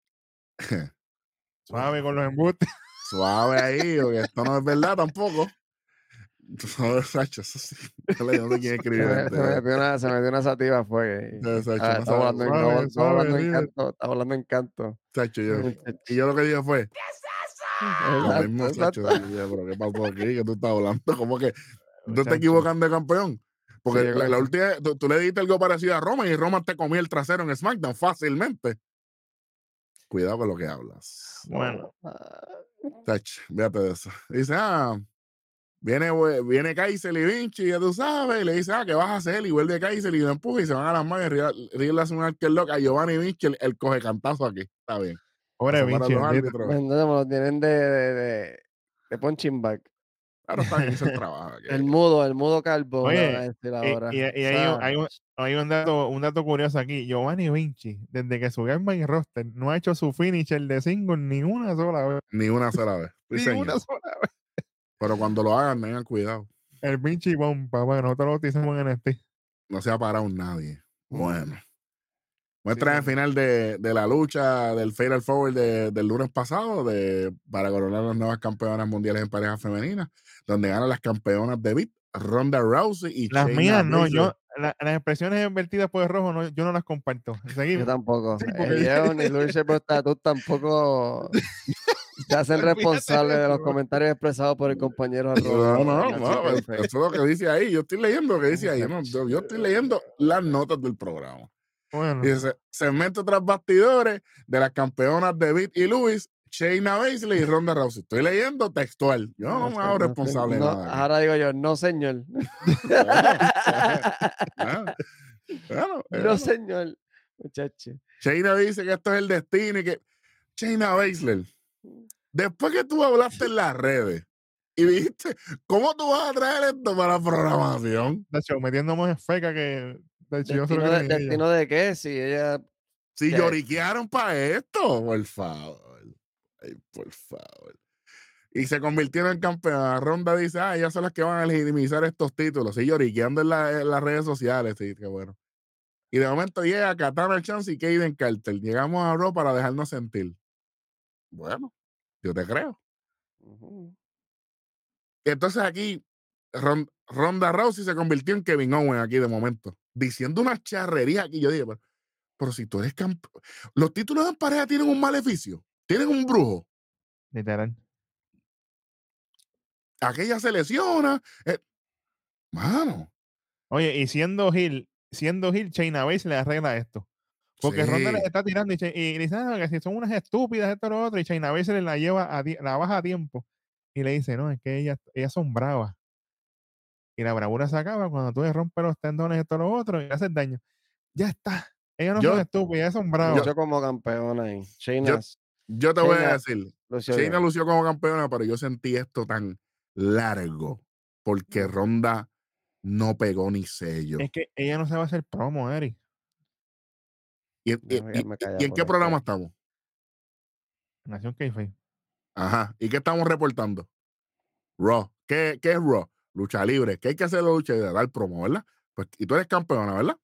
Suave con los embustes. Suave ahí, porque esto no es verdad tampoco. No, Sacho, eso sí. Yo no sé quién Se escribió me, este. se me dio una, se me dio una sativa fue. No, Sacho, Ah, no está sabe. volando en, Suave, está vol- está suave, volando en líder. canto. Está volando en canto. Sacho, yo. Muchacho. Y yo lo que dije fue, lo Exacto, mismo, Sacho. exacto. Yo, pero ¿qué pasó aquí? ¿Qué tú estás hablando? ¿Cómo que tú te estás Muchacho. equivocando de campeón? Porque Sí, yo la, creo la que sí. última, tú, tú le diste algo parecido a Roman y Roman te comía el trasero en SmackDown fácilmente. Cuidado con lo que hablas. Bueno, Ah, Sacho, fíjate de eso. Dice, ah, viene, we- viene Kaiser y Vinci, ya tú sabes, y le dice, ah, ¿qué vas a hacer? Y vuelve Kaiser y lo empuja y se van a las manos y Riddle Riddle le hace un arquerlock a Giovanni Vinci, el, el coge cantazo aquí. Está bien. pobre Eso para Vinci, los bendito. árbitros. Entonces me lo tienen de, de, de, de punching bag. Claro, está bien, hizo el trabajo. que- El mudo, el mudo calvo, le van a Oye, decir y, ahora. y- y O hay, un, sea, hay, un, hay un dato, un dato curioso aquí. Giovanni Vinci, desde que subió al main roster, no ha hecho su finisher de single ni una sola vez. Ni una sola vez. Sí, Ni señor. una sola vez. Pero cuando lo hagan, tengan cuidado. El Vinci Bomb, papá, nosotros lo bautizamos en N X T. No se ha parado nadie. Bueno. Muestra Sí, el señor. final de, de la lucha del Fatal Forward de- del lunes pasado de, para coronar las nuevas campeonas mundiales en parejas femeninas, donde ganan las campeonas de V I P, Ronda Rousey y Las Shayna mías no, Baszler. yo, la- las expresiones vertidas por el rojo, no, yo no las comparto. yo Seguimos. tampoco. Sí, Sí, porque- ni Luis tú tampoco se hacen Olvídate responsables de de los eso. comentarios expresados por el compañero No, Rojo. no, Nación no, eso Kayfabe. es lo que dice ahí. Yo estoy leyendo lo que dice ahí. No, yo, yo estoy leyendo las notas del programa. Bueno, Dice, segmento tras bastidores de las campeonas de Vitt y Lewis, Shayna Baszler y Ronda Rousey. Estoy leyendo textual. Yo no, No me sé, hago no sé, responsable no, de nada. aquí. ahora digo yo, no señor. Bueno, bueno, No bueno. señor. Muchacho. Shayna dice que esto es el destino y que Shayna Baszler, después que tú hablaste en las redes y dijiste, ¿cómo tú vas a traer esto para la programación? de hecho, metiéndonos en feca que de hecho, yo sé lo ¿Destino que de, ni ella. destino de qué? Si ella. Si ¿Qué? lloriquearon para esto, por favor. Ay, por favor. Y se convirtieron en campeona. Ronda dice, ah, ellas son las que van a legitimizar estos títulos. Sí, lloriqueando en, la- en las redes sociales. Sí, qué bueno. Y de momento llega Katana Chance y Kaden Carter. Llegamos a Raw para dejarnos sentir. Bueno, yo te creo. Ujú. Y entonces aquí Ron- Ronda Rousey se convirtió en Kevin Owens aquí de momento. Diciendo una charrería aquí. Yo dije, pero, pero si tú eres campeón. Los títulos en pareja tienen un maleficio. Tienen un brujo. Literal. Aquella se lesiona. eh, Mano. Oye, y siendo Hill, siendo Hill, Shayna Baszler le arregla esto. Porque Ronda le Sí. está tirando y, Shay- y le dice, "Ah, que si son unas estúpidas, esto lo otro", y Shayna Baszler la lleva a tie- la baja a tiempo. Y le dice, no, es que ellas, ellas son bravas. Y la bravura se acaba cuando tú le rompes los tendones, esto lo otro, y le haces daño. Ya está. Ellas no Yo- son estúpidas, ellas son bravas. Luchó como campeona ahí. Shayna. Yo te voy a Shayna decir. lució Shayna bien. lució como campeona, pero yo sentí esto tan largo. Porque Mm. Ronda no pegó ni sello. Es que ella no sabe hacer promo, Eri. ¿Y, y- Déjame y- quedarme callado y en por qué esto. programa estamos? Nación Kayfabe. Ajá. ¿Y qué estamos reportando? Raw. ¿Qué, qué es Raw? Lucha libre. ¿Qué hay que hacer de lucha libre? Dar promo, ¿verdad? Pues, y tú eres campeona, ¿verdad?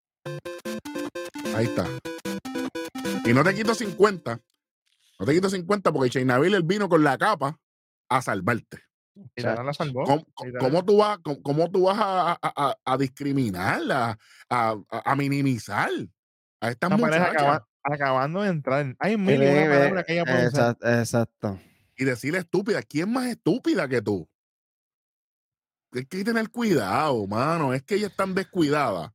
Ahí está. Y no te quito cincuenta. No te quito cincuenta porque Shayna Baszler vino con la capa a salvarte. Y la la salvó. ¿Cómo, literal. cómo tú vas, cómo, cómo tú vas a, a, a, a discriminarla, a, a, a minimizar a estas Una pareja muchachas acaba- acabando de entrar. Hay mil y Ven, una ven, palabras que ella puede usar. exacto, exacto. y decirle estúpida? ¿Quién más estúpida que tú? hay que tener cuidado, mano. Es que ella es tan descuidada.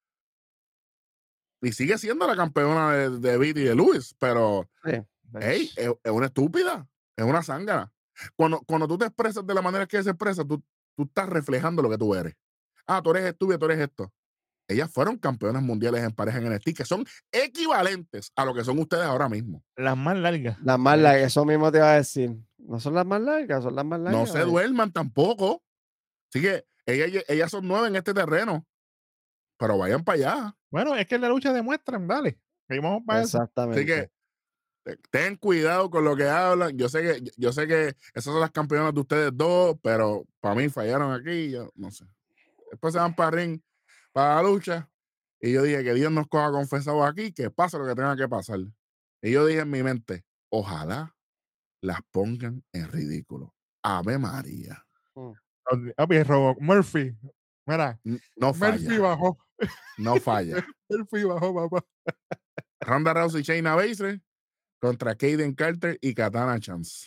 Y sigue siendo la campeona de, de Beat y de Lewis, pero, Sí. hey, es, es una estúpida, es una zángana. Cuando, cuando tú te expresas de la manera que ella se expresa, tú, tú estás reflejando lo que tú eres. Ah, tú eres estúpida, tú eres esto. Ellas fueron campeonas mundiales en pareja en N X T, que son equivalentes a lo que son ustedes ahora mismo. Las más largas. Las más de largas, hecho. eso mismo te iba a decir. No son las más largas, son las más largas. No se ¿eh? duerman tampoco. Así que ellas, ellas son nueve en este terreno, pero vayan para allá. Bueno, es que en la lucha demuestran, dale. Que vamos para eso. Así Exactamente. que te- ten cuidado con lo que hablan. Yo sé que, yo sé que esas son las campeonas de ustedes dos, pero para mí fallaron aquí. Yo no sé. Después se van para ring, para la lucha. Y yo dije que Dios nos coja confesados aquí, que pase lo que tenga que pasar. Y yo dije en mi mente, ojalá las pongan en ridículo. Ave María. Mm. Papi, el Robo Murphy. Mira, N- No Murphy falla. bajó. No falla. Murphy bajó, papá. Ronda Rousey y Shayna Baszler contra Kaden Carter y Katana Chance.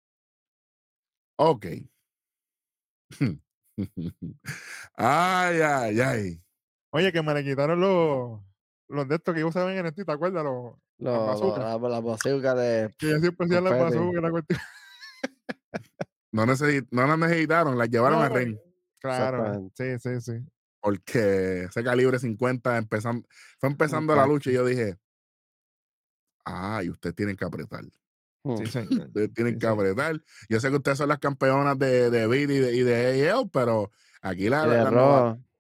Ok. Ay, ay, ay. Oye, que me le quitaron los, los de estos que usaban en este, ¿te acuerdas? Los, las Lo, lo, bazucas. la, la bazooka de Que ya siempre hacían las confeti. bazucas. La cuestión. No, necesi- no las necesitaron, las llevaron No, al ring. claro, Exactamente. sí, sí, sí. Porque ese calibre cincuenta empezando, fue empezando la Exacto. lucha y yo dije, ay, ustedes tienen que apretar. Mm. Sí, señor. Ustedes tienen Sí, que señor. apretar. Yo sé que ustedes son las campeonas de, de Beat y de, y de A E L, pero aquí la, Y la, de la nova- rojo.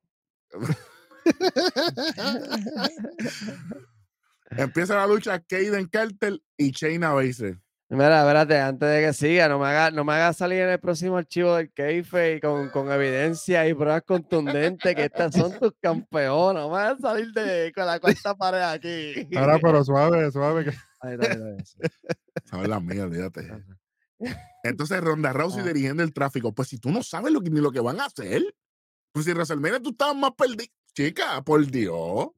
empieza la lucha Kaden Carter y Shayna Baszler. Mira, espérate, antes de que siga, no me hagas no me haga salir en el próximo archivo del Keife con, con evidencia y pruebas contundentes que estas son tus campeonas. No me hagas salir de, con la cuarta pared aquí. Ahora, pero suave, suave. Que... Ahí está, ahí está, ahí está. Sabes las mías, olvídate. Entonces Ronda Rousey Ah. dirigiendo el tráfico. Pues si tú no sabes lo que, ni lo que van a hacer, pues si WrestleMania tú estabas más perdido. Chica, por Dios.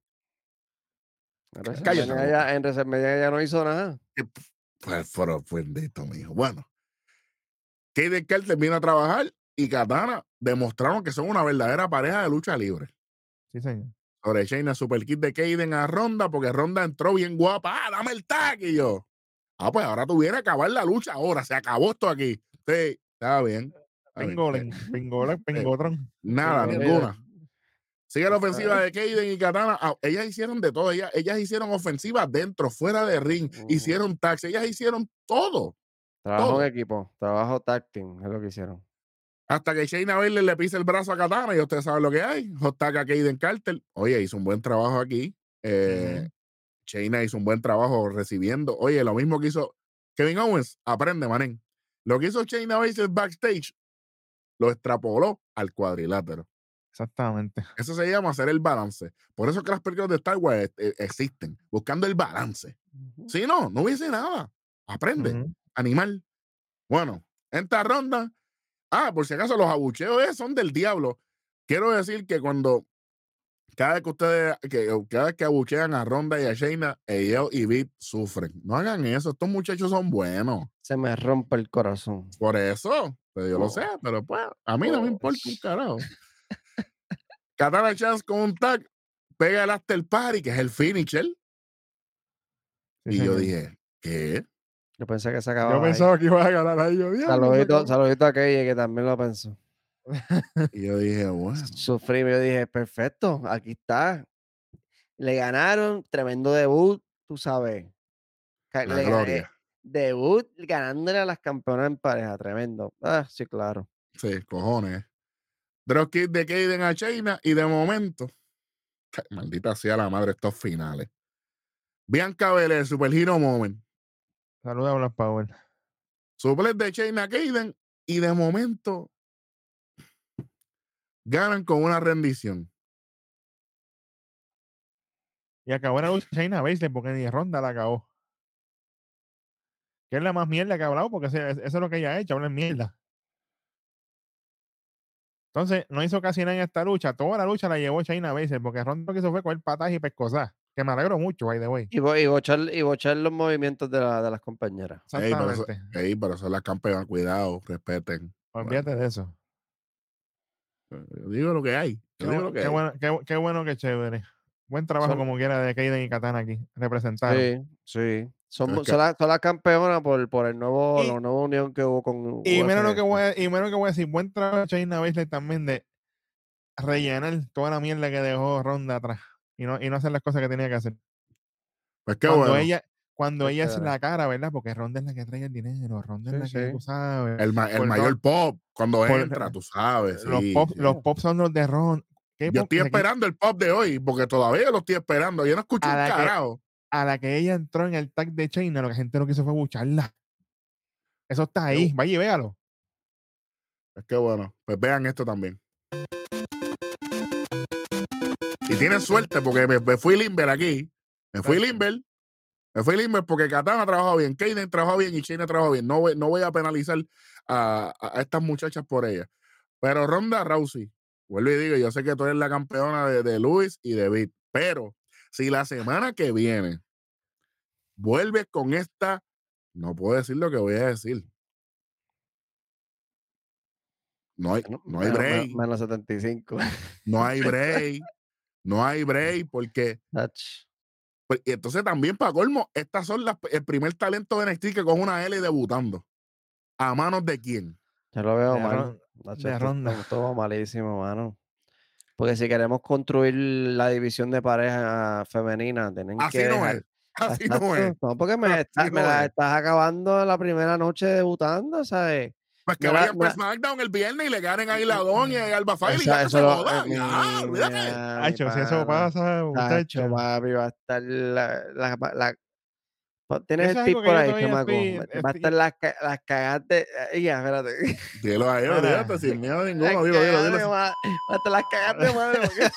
En Cállate la WrestleMania boca. ya, en WrestleMania ya no hizo nada. Pues, pero bendito, mijo. Bueno, Kaden Carter vino a trabajar y Katana demostraron que son una verdadera pareja de lucha libre. Sí, señor. Sobre Shayna Super Kid de Kaden a Ronda, porque Ronda entró bien guapa. ¡Ah, dame el tag! Y yo, ah, pues ahora tuviera que acabar la lucha ahora. Se acabó esto aquí. Sí, está bien. Está bien. Pingolen, pingolen, pingotrón. Nada, Mira, ninguna. Sigue la Tú ofensiva sabes. de Kaden y Katana. Ah, ellas hicieron de todo. Ellas, ellas hicieron ofensivas dentro, fuera de ring. Ujú. Hicieron tags. Ellas hicieron todo. Trabajo todo. en equipo, trabajo tag team, es lo que hicieron. Hasta que Shayna Baszler le pisa el brazo a Katana y ustedes saben lo que hay. Jotaca Kaden Carter. Oye, hizo un buen trabajo aquí. Eh, Ujú. Shayna hizo un buen trabajo recibiendo. Oye, lo mismo que hizo Kevin Owens. Aprende, manen. Lo que hizo Shayna Baszler backstage lo extrapoló al cuadrilátero. Exactamente. Eso se llama hacer el balance. Por eso que las películas de Star Wars eh, existen, buscando el balance. Ujú. Si no, no hubiese nada. Aprende, Ujú. animal. Bueno, en esta ronda, ah, por si acaso los abucheos eh, son del diablo. Quiero decir que cuando cada vez que ustedes, que, cada vez que abuchean a Ronda y a Shayna, ellos y Beat sufren. No hagan eso, estos muchachos son buenos. Se me rompe el corazón. Por eso, pues yo lo Oh. sé, pero pues a mí no me Oh. importa un carajo. Katana Chance con un tag, pega el after party, que es el finisher. Sí, Y yo señor. dije, ¿qué? Yo pensé que se Yo acababa ahí. pensaba que iba a ganar ahí. Yo, diablo, se Saludito, acabó. saludito a Keye, que también lo pensó. Y yo dije, bueno. Sufrí, yo dije, perfecto, aquí está. Le ganaron, tremendo debut, tú sabes. Ca- La le gané- gloria. debut ganándole a las campeonas en pareja, tremendo. Ah, sí, claro. Sí, cojones. Dropkick de Kaden a Shayna y de momento, maldita sea la madre estos finales. Bianca Belair, Super Hero Moment. Saluda a Black Power. Suplet de Shayna Kaden y de momento ganan con una rendición. Y acabó la lucha Shayna Baszler porque ni Ronda la acabó. Que es la más mierda que ha hablado porque ese- eso es lo que ella ha hecho, hablar mierda. Entonces, no hizo casi nada en esta lucha. Toda la lucha la llevó Shayna Baszler porque Ronda lo que hizo fue coger patas y pescosas. Que me alegro mucho, by the way. Y, bo- y, bochar, y bochar los movimientos de, la, de las compañeras. Ey, pero, eso, Exactamente. ey, pero son las campeonas, cuidado, respeten. Olvídate de eso. Yo digo lo que hay. Qué, Yo digo bu- lo que qué hay. bueno, qué, qué bueno, qué chévere. Buen trabajo Son, como quiera de Kaiden y Katana aquí. Representaron. sí, sí. Son, Es mu- que, son, las, son las campeonas por, por el nuevo, la Y, nueva unión que hubo con y menos lo que U F S. voy a, y menos que voy a decir, buen trabajo de Shayna Baszler también de rellenar toda la mierda que dejó Ronda atrás y no, y no hacer las cosas que tenía que hacer. pues qué Cuando bueno. ella, cuando Qué ella es chévere. la cara, ¿verdad? Porque Ronda es la que trae el dinero, Ronda es Sí, la que sí. tú sabes. El, ma- el Por mayor todo- pop, cuando por- entra, tú sabes. los Sí, pop, sí. los pop son los de Ron. ¿Qué Yo pop? estoy O sea, que esperando el pop de hoy, porque todavía lo estoy esperando. Yo no escucho a un la que, carajo. a la que ella entró en el tag de China, lo que la gente lo que hizo fue bucharla. Eso está Qué ahí, bu- vaya y véalo. Pues qué bueno. Pues vean esto también. Y tienen suerte, porque me, me fui Limber aquí. Me fui Limber. Me fui Limber porque Katana ha trabajado bien, Kaden trabajado bien y Shayna ha trabajado bien. No voy, no voy a penalizar a, a- a estas muchachas por ellas. Pero Ronda Rousey, vuelvo y digo, yo sé que tú eres la campeona de, de Luis y de Vic, pero si la semana que viene vuelves con esta, no puedo decir lo que voy a decir. No hay, Menos, no hay menos, menos- break, menos setenta y cinco. no hay break, no hay break, porque Ach. pues, y entonces también para colmo, estas son las, el primer talento de N X T que con una L debutando. ¿A manos de quién? Yo lo veo De, mal. Ron- Ach, de esto, Ronda. esto- esto va malísimo, mano. Porque si queremos construir la división de pareja femenina, tienen que Así no dejar. es, así no es, Exacto. No, porque me, está- así me no la es. estás acabando la primera noche debutando, ¿sabes? Pues que No era- vayan no para era- SmackDown el viernes y le ganen ahí la doña y Alba Fire y Eso, ya que eso se lo, joda. eh, mi, Ya, olvídate. mira, mi Hacho, si eso pana. pasa, Tacho, muchacho. papi, va a estar la, la, la- pa- tienes Eso el es tip algo que por yo ahí, todavía chamaco. estoy. Va va a estar estoy las, ca- las cagas de. eh, Ya, espérate. Dilo a ellos, Mira, olvídate, sin miedo Las ninguno. Dilo, dilo, cagas dilo. de ma- Va a estar las cagas de madre. Porque...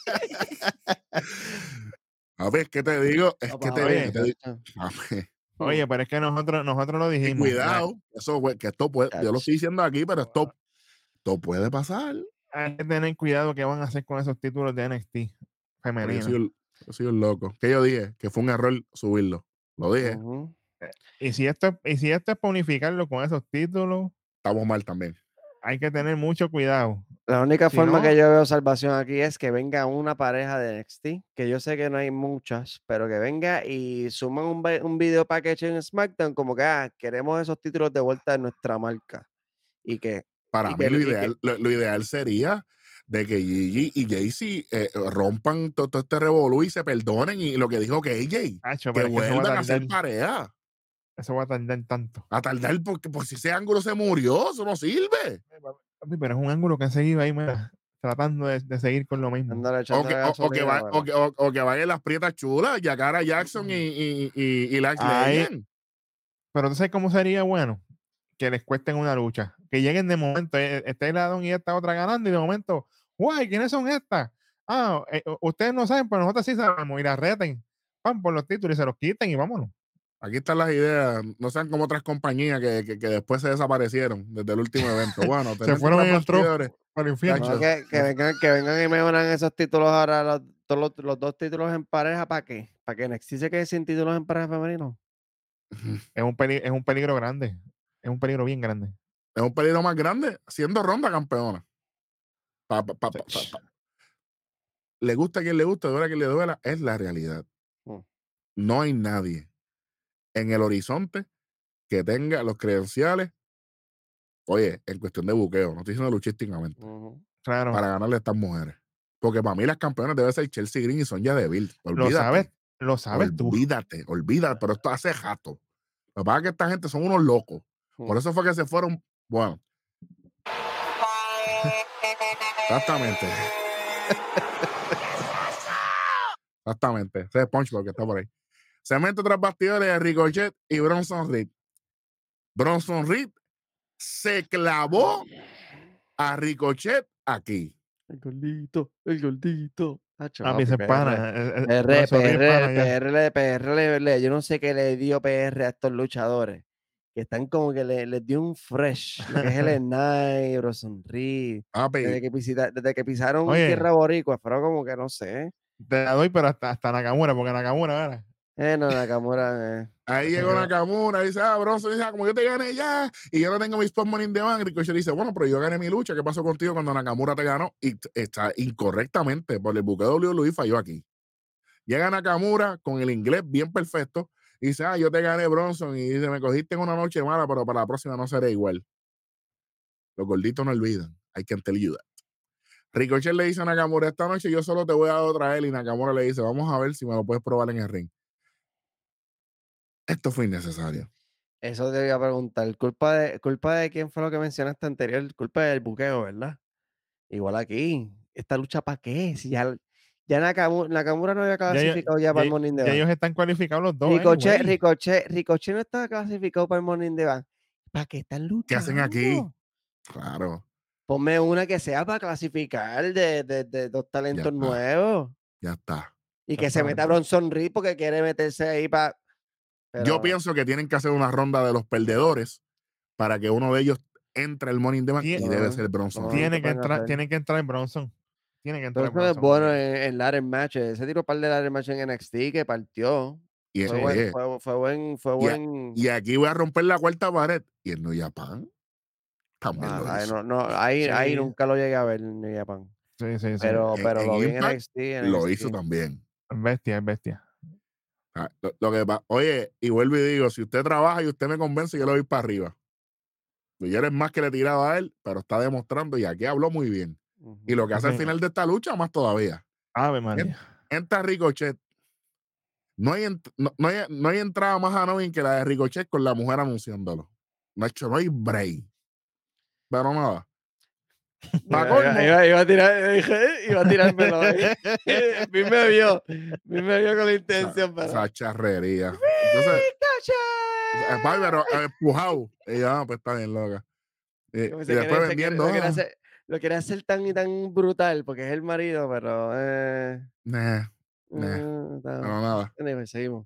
A ver, ¿qué te digo? Es No, que te, papi, es que te digo. tacho. A ver, oye, pero es que nosotros, nosotros lo y dijimos. la- cuidado, eso, güey, que esto puede, yo lo estoy diciendo aquí, pero esto, esto puede pasar. hay que tener cuidado qué van a hacer con esos títulos de N X T Pero yo femenino. soy, un, yo soy un loco. Que yo dije que fue un error subirlo. Lo dije, Ujú. Y si esto, es- y si esto es para unificarlo con esos títulos, estamos mal también. hay que tener mucho cuidado. La única Si forma no, que yo veo salvación aquí es que venga una pareja de N X T, que yo sé que no hay muchas, pero que venga y suman un, ve- un video package en SmackDown como que ah, queremos esos títulos de vuelta de nuestra marca. Y que, Para y mí que, lo y que- ideal, lo, lo ideal sería de que Gigi y Jaycee eh, rompan todo, todo este revolú y se perdonen y lo que dijo que K J, Hacho, que pero es que eso va vuelvan a a ser tardar, pareja. eso va a tardar tanto. A tardar porque por si ese ángulo se murió, eso no sirve. Papi, pero es un ángulo que han seguido ahí, mira, tratando de, de seguir con lo mismo. Dándole O echando que, la o, o que, gasolina, va, pero- o, que, o, o que vayan las prietas chulas, Yakara Jackson y, y, y, y Lax Ay, Legend. pero tú sabes cómo sería bueno que les cuesten una lucha, que lleguen de momento, eh, esté la Don y esta otra ganando y de momento, guay, ¿quiénes son estas? Ah, eh, u- ustedes no saben, pero nosotros sí sabemos y las reten, van por los títulos y se los quiten y vámonos. Aquí están las ideas. No sean como otras compañías que, que, que después se desaparecieron desde el último evento. Bueno, Se tener fueron tras en el trozo bastidores. para el infierno. No, Chacho, que, que no- vengan, que vengan y mejoran esos títulos ahora, los, todos los, los dos títulos en pareja, ¿para qué? ¿Para que N X T se quede sin títulos en pareja femenino? Es un, peli- es un peligro grande, es un peligro bien grande. es un peligro más grande siendo Ronda campeona. Pa, pa, pa, pa, pa, pa. Le gusta a quien le gusta, duele a quien le duela, es la realidad. Mm. No hay nadie en el horizonte que tenga los credenciales, oye, en cuestión de buqueo, no estoy diciendo luchísticamente, Ujú. Claro, para ganarle a estas mujeres. Porque para mí las campeonas deben ser Chelsea Green y Sonya Deville. lo sabes, Olvídate, lo sabes tú. olvídate, olvídate, pero esto hace jato. Lo que pasa es que esta gente son unos locos. Por Mm. eso fue que se fueron, bueno. Exactamente. Exactamente. Ese es SpongeBob que está por ahí. Cemento tras bastidores de Ricochet y Bronson Reed. Bronson Reed se clavó a Ricochet aquí. El gordito, el gordito. Hacho, Papi, papi, ese P R. pana. eh, eh, P R, Bronson Reed es P R, pana ya. P R, le- P R, le- le- yo no sé qué le dio P R a estos luchadores. Que están como que le- les dio un fresh. Lo que es el Knight, Bronson Reed. Papi, Desde que, pisita- desde que pisaron Oye. tierra boricua, fueron como que no sé. Te la doy, pero hasta, hasta Nakamura, porque Nakamura, ¿verdad? Eh, no, Nakamura. Eh. Ahí llegó Nakamura y dice, ah, Bronson dice, ah, como yo te gané ya, y yo no tengo mis spot money in the bank. Ricochet dice, bueno, pero yo gané mi lucha, ¿qué pasó contigo cuando Nakamura te ganó? Y t- está incorrectamente, por el buque de W W E falló aquí. Llega Nakamura con el inglés bien perfecto, y dice, ah, yo te gané, Bronson, y dice, me cogiste en una noche mala, pero para la próxima no seré igual. Los gorditos no olvidan, hay que tell you that. Ricochet le dice a Nakamura, esta noche yo solo te voy a dar otra él, y Nakamura le dice, vamos a ver si me lo puedes probar en el ring. Esto fue innecesario. Eso te iba a preguntar. ¿Culpa de, culpa de quién fue lo que mencionaste anterior? Culpa del buqueo, ¿verdad? Igual aquí. ¿Esta lucha para qué? Si ya, ya Nakamura, Nakamura no había Ya, ellos- clasificado ya, ya, para el Money in the ya Bank. ellos están cualificados los dos. Ricochet, anyway. Ricochet, Ricochet no estaba clasificado para el Money in the Bank. ¿Para qué están luchando? ¿Qué hacen aquí? Claro, Ponme una que sea para clasificar de, de, de dos talentos está. nuevos. ya está. Y que se meta Bronson Reed porque quiere meterse ahí para. Yo pienso que tienen que hacer una ronda de los perdedores para que uno de ellos entre el Money in the Bank y Tie- debe No, ser Bronson no. Reed. Tiene que pueden entrar, hacer? tiene que entrar en Bronson. Tiene que entrar Bronson en es Bronson. bueno porque- en, en ladder matches. Ese tiro par de ladder matches en N X T que partió. Y, Fue eh, buen, fue, fue buen, fue y a- buen. y aquí voy a romper la cuarta pared. Y en New Japan también lo Ah, hizo. no, no, ahí, ahí Sí. nunca lo llegué a ver en New Japan. Sí, sí, sí. Pero, En, pero en lo vi en Impact N X T. en lo N X T. hizo también. Es bestia, es bestia. Ah, Lo, lo que pa- Oye, y vuelvo y digo, si usted trabaja y usted me convence, yo lo voy para arriba. Yo eres más que le tiraba a él, pero está demostrando y aquí habló muy bien. Y lo que hace al Sí. final de esta lucha, más todavía. Ave María. En- Entra Ricochet. No hay, ent- no, no hay, no hay entrada más annoying que la de Ricochet con la mujer anunciándolo. No, hecho, no hay break. Pero nada. Pa' Iba, colmo, iba, iba, iba a tirar, dije, iba a tirármelo ahí. Mí me vio, mí me vio con la esa, intención, pero. esa charrería. Entonces, eh, ¡Ricochet! pa- pero eh, empujado. Y yo, ah, pues está bien loca. Y, Como y se quiere- después se quiere- vendiendo. lo, quiere ah, hacer, lo quiere hacer tan y tan brutal porque es el marido, pero. Eh, nah, nah, eh, pero no. nada. Anyway, seguimos.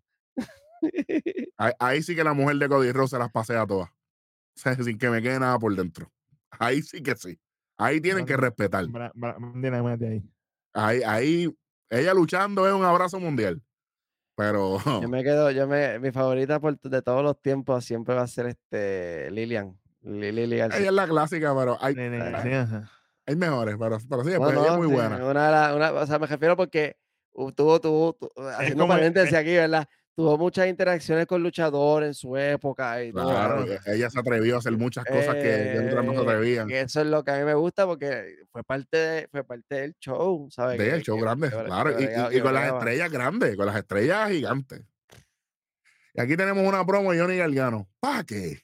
Ahí, ahí sí que la mujer de Cody Rhodes se las pasea todas. O sea, sin que me quede nada por dentro. Ahí sí que sí. Ahí tienen que respetar. Bra- Bra- Dynamite ahí. Ahí, ahí, ella luchando es un abrazo mundial. Pero Yo me quedo, yo me, mi favorita por, de todos los tiempos siempre va a ser este Lilian. Li- Lili García. ella es la clásica, pero hay, Sí, sí, Ah. sí, ajá. hay mejores. Pero, pero sí, No, pues ella es no, muy sí, buena. una, de la- una- o sea, me refiero porque uh, tuvo, tuvo, tu- haciendo como- paréntesis es- aquí, ¿verdad? Tuvo muchas interacciones con luchadores en su época y todo. Claro, ¿verdad? e- ella se atrevió a hacer muchas cosas que, que otras no se Eh, atrevían. y eso es lo que a mí me gusta porque fue parte, de- fue parte del show, ¿sabes? De Que- el show que- grande, que bre- claro. que Y, bregaba- y- y que con las bregaba. estrellas grandes, con las estrellas gigantes. Y aquí tenemos una promo de Johnny Gargano. ¿Para qué?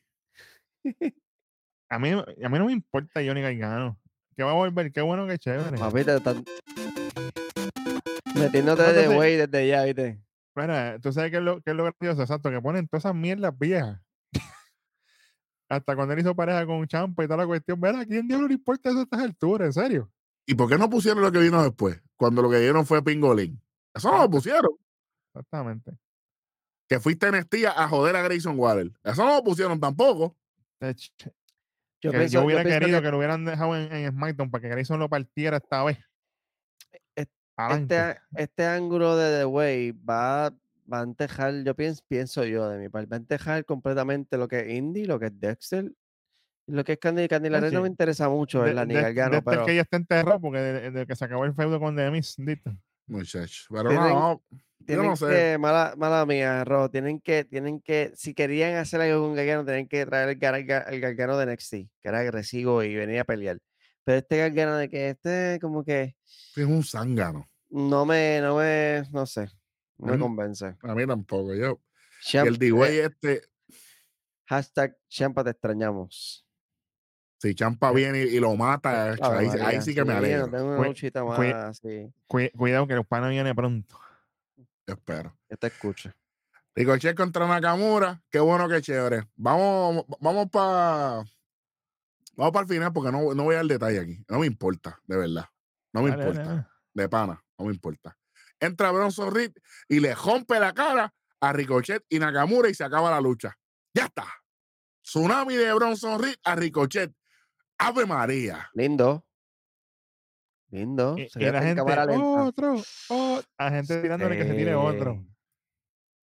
A mí, a mí no me importa Johnny Gargano. Que va a volver, qué bueno, qué chévere. Papi, te están metiéndote No, de entonces- güey desde ya, ¿viste? Espera, tú sabes qué es lo, qué es lo gracioso, exacto, que ponen todas esas mierdas viejas. Hasta cuando él hizo pareja con Champa y toda la cuestión. Ver, ¿a quién diablo le importa eso a estas alturas? ¿En serio? ¿Y por qué no pusieron lo que vino después? Cuando lo que dieron fue Pingolín. Eso no lo pusieron. Exactamente. Que fuiste en Estía a joder a Grayson Waller. Eso no lo pusieron tampoco. De hecho, Yo que pienso, yo yo hubiera pienso querido que... que lo hubieran dejado en, en SmackDown para que Grayson lo partiera esta vez. Es- Adelante. este, este ángulo de The Way va, va a entejar, yo pienso, pienso yo de mi parte, va a entejar completamente lo que es Indy, lo que es Dexter, y lo que es Candy. Candy Laredo no me Sí. interesa mucho, De, ¿verdad? Ni de- Gargano, de este pero que ya está enterrado porque desde de que se acabó el feudo con The Miz, dito. Muchachos. Pero Tienen- no, yo tienen no sé. que, mala, mala mía, Ro, tienen que, tienen que, si querían hacer algo con Gargano, tienen que traer el, gar- el gar- el Gargano de N X T, que era agresivo y venía a pelear. Pero este Gargano de que este como que Es un zángano. no me, no me, no sé, no me Mm. convence. A mí tampoco. Yo. Y Champ- el D-Way este, Hashtag Champa te extrañamos. si Champa viene y, y lo mata, Ave ahí, María, ahí sí que me no alegro. tengo una Cue- luchita cue- más así. Cu- cuidado que el pana viene pronto. Yo espero. Yo te escucho. Ricochet contra Nakamura. Qué bueno, qué chévere. Vamos, vamos para vamos para el final porque no, no voy al detalle aquí. No me importa, de verdad. No me Dale, importa. dale, dale. De pana, no me importa. Entra Bronson Reed y le rompe la cara a Ricochet y Nakamura y se acaba la lucha. Ya está. Tsunami de Bronson Reed a Ricochet. Ave María. Lindo. Lindo. Y, Se y ve la en gente, cámara lenta. otro, otro. La gente tirándole que se tire otro. Sí.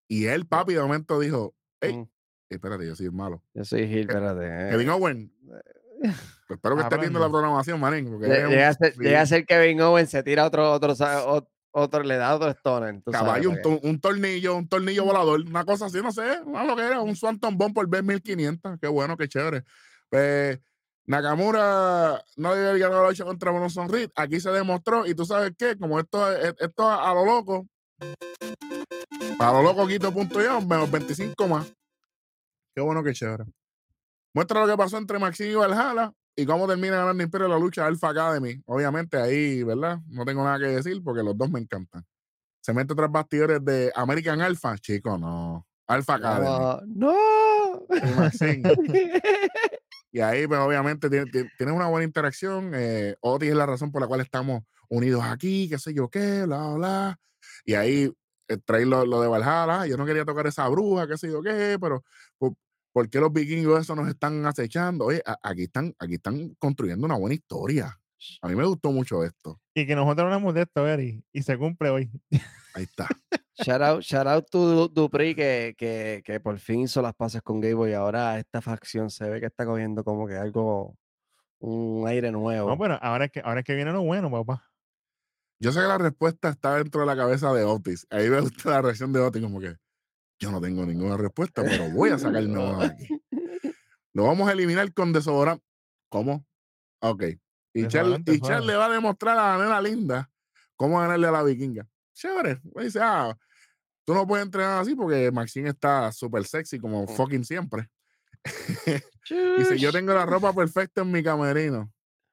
Y él, papi, de momento dijo, hey, Mm, espérate, yo soy el malo. Yo soy Gil, Ke- espérate. Kevin eh. Owen, pues espero que estés viendo la Aprende. programación, manín, porque Lle- eres Llega a un ser, llega a fi- ser Kevin Owens, se tira otro, otro, sa- ot- otro, le da otro stoner, tú sabes, caballo, un, para que- to- un tornillo, un tornillo volador, una cosa así, no sé, no lo que era, un Swanton Bomb por B mil quinientos, qué bueno, qué chévere. Pues Nakamura no había ganado la lucha contra Bronson Reed, aquí se demostró, y tú sabes qué, como esto, es- esto a, a lo loco, a lo loco quito punto yo, menos veinticinco más, qué bueno, qué chévere. Muestra lo que pasó entre Maxine y Valhalla y cómo termina ganando Imperio la lucha Alpha Academy. Obviamente ahí, ¿verdad? No tengo nada que decir porque los dos me encantan. Se mete tras bastidores de American Alpha. Chico, no. Alpha Academy. No, no. Y Maxine. Y ahí, pues obviamente tiene- tiene- tienes una buena interacción. Eh, Otis es la razón por la cual estamos unidos aquí, qué sé yo qué, bla, bla. Y ahí eh, trae lo, lo de Valhalla. Yo no quería tocar esa bruja, qué sé yo qué, pero ¿por, por qué los vikingos eso nos están acechando? Oye, a- aquí están, aquí están construyendo una buena historia. A mí me gustó mucho esto. Y que nosotros hablamos de esto, Eri, y se cumple hoy. Ahí está. Shout out, shout out to Du- Dupree que, que, que por fin hizo las paces con Gable y ahora esta facción se ve que está cogiendo como que algo, un aire No, nuevo. pero ahora es que, ahora es que viene lo bueno, papá. Yo sé que la respuesta está dentro de la cabeza de Otis. Ahí me gusta la reacción de Otis, como que yo no tengo ninguna respuesta, pero voy a sacarme una de aquí. Lo vamos a eliminar con desodorante. ¿Cómo? Ok. Y Char, Desodorante y Char suave. le va a demostrar a la nena linda cómo ganarle a la vikinga. Chévere. Me dice, ah, tú no puedes entrenar así porque Maxine está súper sexy como fucking siempre. Dice, yo Chush. tengo la ropa perfecta en mi camerino.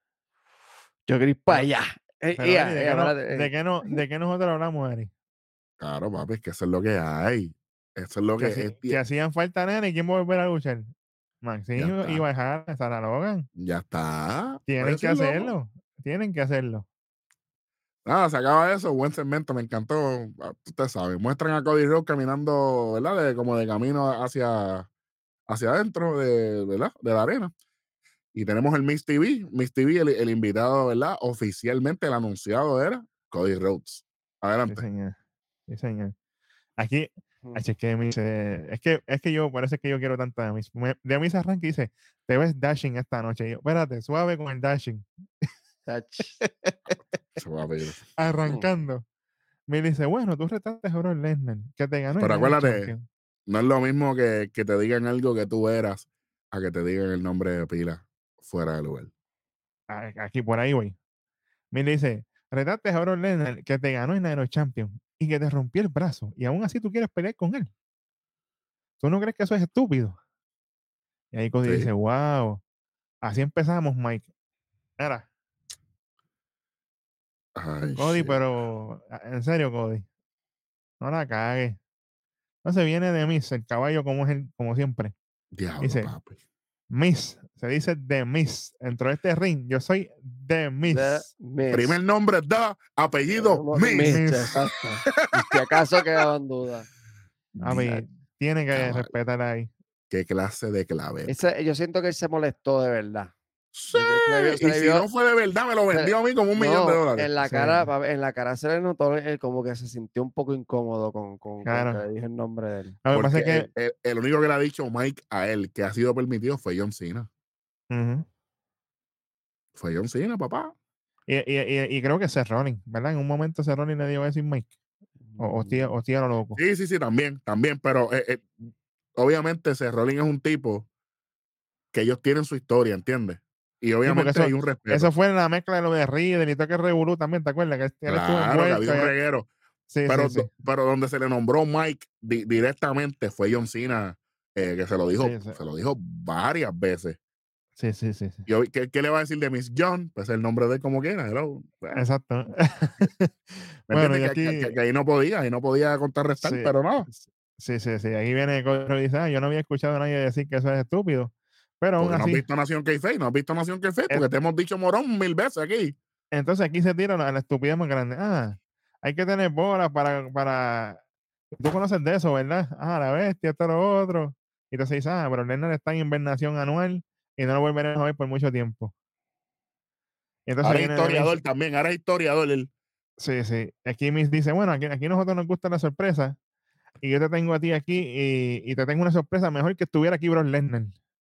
Yo quería ir para Pero, allá. Eh, pero ea, Eri, ¿de ea, qué, no, espérate, de, eh. qué no, ¿de qué nosotros hablamos, Eri? Claro, papi, es que eso es lo que hay. Eso es lo Que, que así- es. que hacían falta nene y quién va a volver a luchar. Ya Maxine y está. Valhalla, Sarah Logan. Ya está. Puede Tienen que decirlo. hacerlo. Tienen que hacerlo. Nada, se acaba eso. Buen segmento, me encantó. Ah, Usted sabe. Muestran a Cody Rhodes caminando, ¿verdad? De- como de camino hacia, hacia adentro de, ¿verdad? De la arena. Y tenemos el Miss T V. Miss T V, el, el invitado, ¿verdad? Oficialmente el anunciado era Cody Rhodes. Sí, Adelante. señor. Sí, señor. Aquí, Mm. ay, es que Demis, eh, es que es que yo, por eso es que yo quiero tanto a Demis. Me- Demis arranca y dice, te ves dashing esta noche. Y yo, espérate, suave con el dashing. Tach. Se va a pedir. Arrancando. Me dice, bueno, tú retaste a Brock Lesnar, que te ganó el Pero Night acuérdate, Champion. no es lo mismo que, que te digan algo que tú eras a que te digan el nombre de pila fuera de lugar. A- Aquí por ahí voy. Me dice, retaste a Brock Lesnar, que te ganó el Night Champion y que te rompió el brazo. Y aún así tú quieres pelear con él. ¿Tú no crees que eso es estúpido? Y ahí Cody Sí. dice, wow, así empezamos, Mike. Era, Ay, Cody, shit. pero a- en serio, Cody, no la cagues. No se viene de Miss, el caballo como es el, como siempre. Diablo, Dice, papi. Miss, se dice de Miss. Dentro de este ring, yo soy de The Miss. Miss. Primer nombre da, apellido Eh, Miss. Miss, Miss. exacto. Y si acaso quedaban dudas. A mí, tiene que Cabal. respetar ahí. Qué clase de clave. Ese- yo siento que él se molestó de verdad. Sí. Porque se le vio- se Y le si vio- no fue de verdad, me lo se- vendió a mí como un millón de No, dólares. en la Sí. cara, pa- en la cara se le notó eh, como que se sintió un poco incómodo con, con, con Claro. que le dije el nombre de él. Lo que pasa Porque es que. el, el- el único que le ha dicho Mike a él que ha sido permitido fue John Cena. Ujú. Fue John Cena, papá. y, y, y, y creo que Seth Rollins, ¿verdad? En un momento Seth Rollins le dio eso a Mike. O, o, tía, o tía lo loco. Sí, sí, sí, también, también. Pero eh, eh, obviamente Seth Rollins es un tipo que ellos tienen su historia, ¿entiendes? Y Sí, porque obviamente eso, hay un respeto. eso fue en la mezcla de lo de Riddle y todo que revolú también, ¿te acuerdas? Que él estuvo Claro, que envuelto. había un ya- reguero. Sí, Pero, sí, sí. do- pero donde se le nombró Mike di- directamente fue John Cena, eh, que se lo dijo, Sí, sí. se lo dijo varias veces. Sí, sí, sí, sí. Y hoy, ¿qué, qué le va a decir de Miss John? Pues el nombre de él como quiera. hello. Bueno, Exacto. ¿me Bueno, y entiendes? aquí. Que, que- que ahí no podía, ahí no podía contrarrestar, Sí, pero no. sí, sí, sí. Aquí viene Cody y dice, ah, yo no había escuchado a nadie decir que eso es estúpido. Pero aún Porque no has así, visto Nación K-Face, no has visto Nación K-Face, Eh, porque te hemos dicho morón mil veces aquí. entonces aquí se tira la, la estupidez más grande. Ah, hay que tener bolas para, para. Tú conoces de eso, ¿verdad? Ah, la bestia, esto, lo otro. Y entonces dice, ah, pero Lennon está en invernación anual y no lo volveremos a ver por mucho tiempo. Y entonces Ahora es viene de historiador Miss. también, ahora es historiador él. Sí, sí. Aquí Miss dice, bueno, aquí, aquí nosotros nos gusta la sorpresa. y yo te tengo a ti aquí y, y te tengo una sorpresa mejor que estuviera aquí Brock Lesnar.